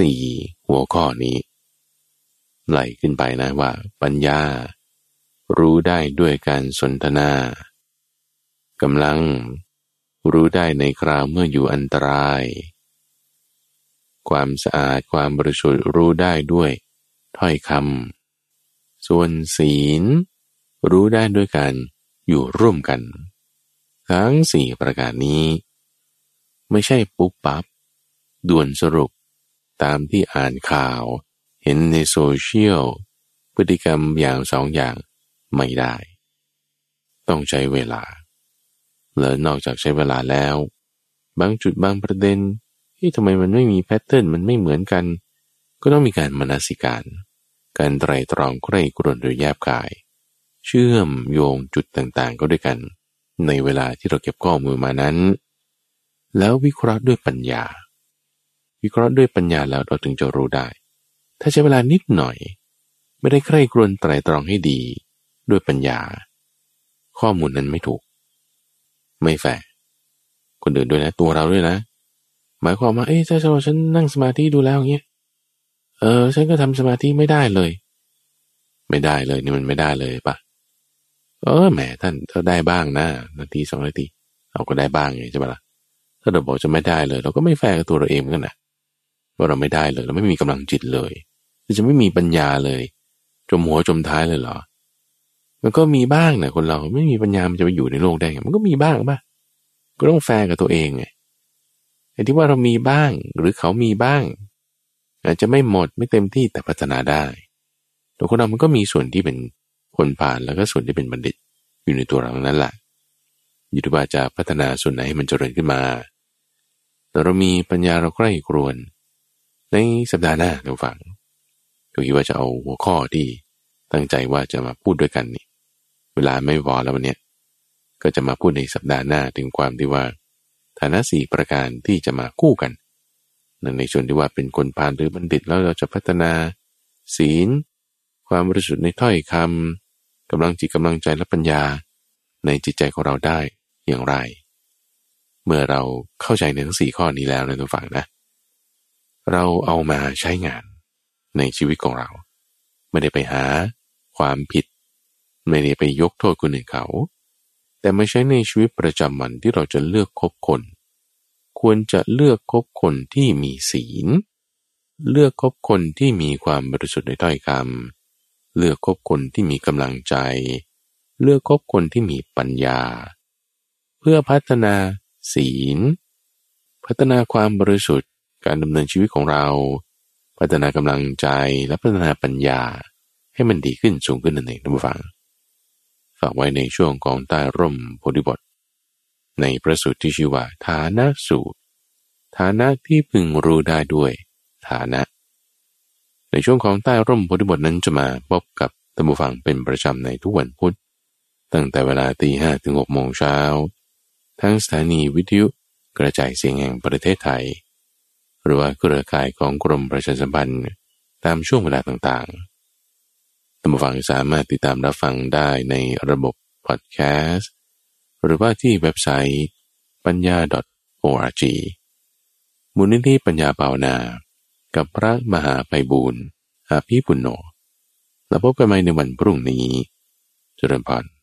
S1: 4หัวข้อนี้ไหลขึ้นไปนะว่าปัญญารู้ได้ด้วยการสนทนากำลังรู้ได้ในคราวเมื่ออยู่อันตรายความสะอาดความบริสุทธิ์รู้ได้ด้วยถ้อยคำส่วนศีลรู้ได้ด้วยการอยู่ร่วมกันทั้ง4ประการนี้ไม่ใช่ปุ๊บปั๊บด่วนสรุปตามที่อ่านข่าวเห็นในโซเชียลพฤติกรรมอย่าง2 อย่างไม่ได้ต้องใช้เวลาและนอกจากใช้เวลาแล้วบางจุดบางประเด็นที่ทำไมมันไม่มีแพทเทิร์นมันไม่เหมือนกันก็ต้องมีการมนสิการการไตร่ตรองใคร่ครวญโดยแยบกายเชื่อมโยงจุดต่างๆก็ด้วยกันในเวลาที่เราเก็บข้อมูลมานั้นแล้ววิเคราะห์ด้วยปัญญาแล้วเราถึงจะรู้ได้ถ้าใช้เวลานิดหน่อยไม่ได้ใคร่ครวญไตร่ตรองให้ดีด้วยปัญญาข้อมูลนั้นไม่ถูกไม่แฟร์คนอื่นด้วยนะตัวเราด้วยนะหมายความว่าถ้าฉันนั่งสมาธิดูแล้วอย่างเงี้ยฉันก็ทำสมาธิไม่ได้เลยนี่มันไม่ได้เลยปะแหมท่านถ้าได้บ้างนะนาที2 นาทีเราก็ได้บ้างไงใช่ปะล่ะถ้าเราบอกจะไม่ได้เลยเราก็ไม่แฟร์กับตัวเราเองเหมือนกันนะว่าเราไม่ได้เลยเราไม่มีกำลังจิตเลยจะไม่มีปัญญาเลยจมหัวจมท้ายเลยเหรอมันก็มีบ้างนะคนเราไม่มีปัญญามันจะไปอยู่ในโลกได้ไงมันก็มีบ้างป่ะก็ต้องแฟร์กับตัวเองไงไอ้ที่ว่าเรามีบ้างหรือเขามีบ้างอาจจะไม่หมดไม่เต็มที่แต่พัฒนาได้ตัวคนเรามันก็มีส่วนที่เป็นคนผ่านแล้วก็ส่วนที่เป็นบัณฑิตอยู่ในตัวเรานั้นแหละอยู่ที่ว่าจะพัฒนาส่วนไหนให้มันเจริญขึ้นมาแต่เรามีปัญญาเราใกล้ครวนในสัปดาห์หน้าเราฟังก็คิดว่าจะเอาหัวข้อที่ตั้งใจว่าจะมาพูดด้วยกันนี่เวลาไม่พอแล้ววันนี้ก็จะมาพูดในสัปดาห์หน้าถึงความที่ว่าฐานะ4ประการที่จะมาคู่กันในส่วนที่ว่าเป็นคนพาลหรือบัณฑิตแล้วเราจะพัฒนาศีลความบริสุทธิ์ในถ้อยคำกำลังจิตกำลังใจและปัญญาในจิตใจของเราได้อย่างไรเมื่อเราเข้าใจในทั้ง4ข้อนี้แล้วนะทุกฝั่งนะเราเอามาใช้งานในชีวิตของเราไม่ได้ไปหาความผิดไม่ได้ไปยกโทษคนอื่นเขาแต่ไม่ใช้ในชีวิตประจำวันที่เราจะเลือกคบคนควรจะเลือกคบคนที่มีศีลเลือกคบคนที่มีความบริสุทธิ์ในถ้อยคำเลือกคบคนที่มีกำลังใจเลือกคบคนที่มีปัญญาเพื่อพัฒนาศีลพัฒนาความบริสุทธิ์การดำเนินชีวิตของเราพัฒนากำลังใจและพัฒนาปัญญาให้มันดีขึ้นสูงขึ้นนั่นเองท่านผู้ฟังฝากไว้ในช่วงของใต้ร่มโพธิบทในพระสูตรที่ชื่อว่าฐานะสูตรฐานะที่พึงรู้ได้ด้วยฐานะในช่วงของใต้ร่มโพธิบทนั้นจะมาพบกับท่านผู้ฟังเป็นประจำในทุกวันพุธตั้งแต่เวลา 5:00 ถึง 6:00 น.ทั้งสถานีวิทยุกระจายเสียงแห่งประเทศไทยหรือว่าเครือข่ายของกรมประชาสัมพันธ์ตามช่วงเวลาต่างๆท่านผู้ฟังสามารถติดตามรับฟังได้ในระบบพอดแคสต์หรือว่าที่เว็บไซต์ปัญญา .org มูลนิธิปัญญาภาวนากับพระมหาไพบูลย์อาภีปุณโญแล้วพบกันใหม่ในวันพรุ่งนี้เจริญพร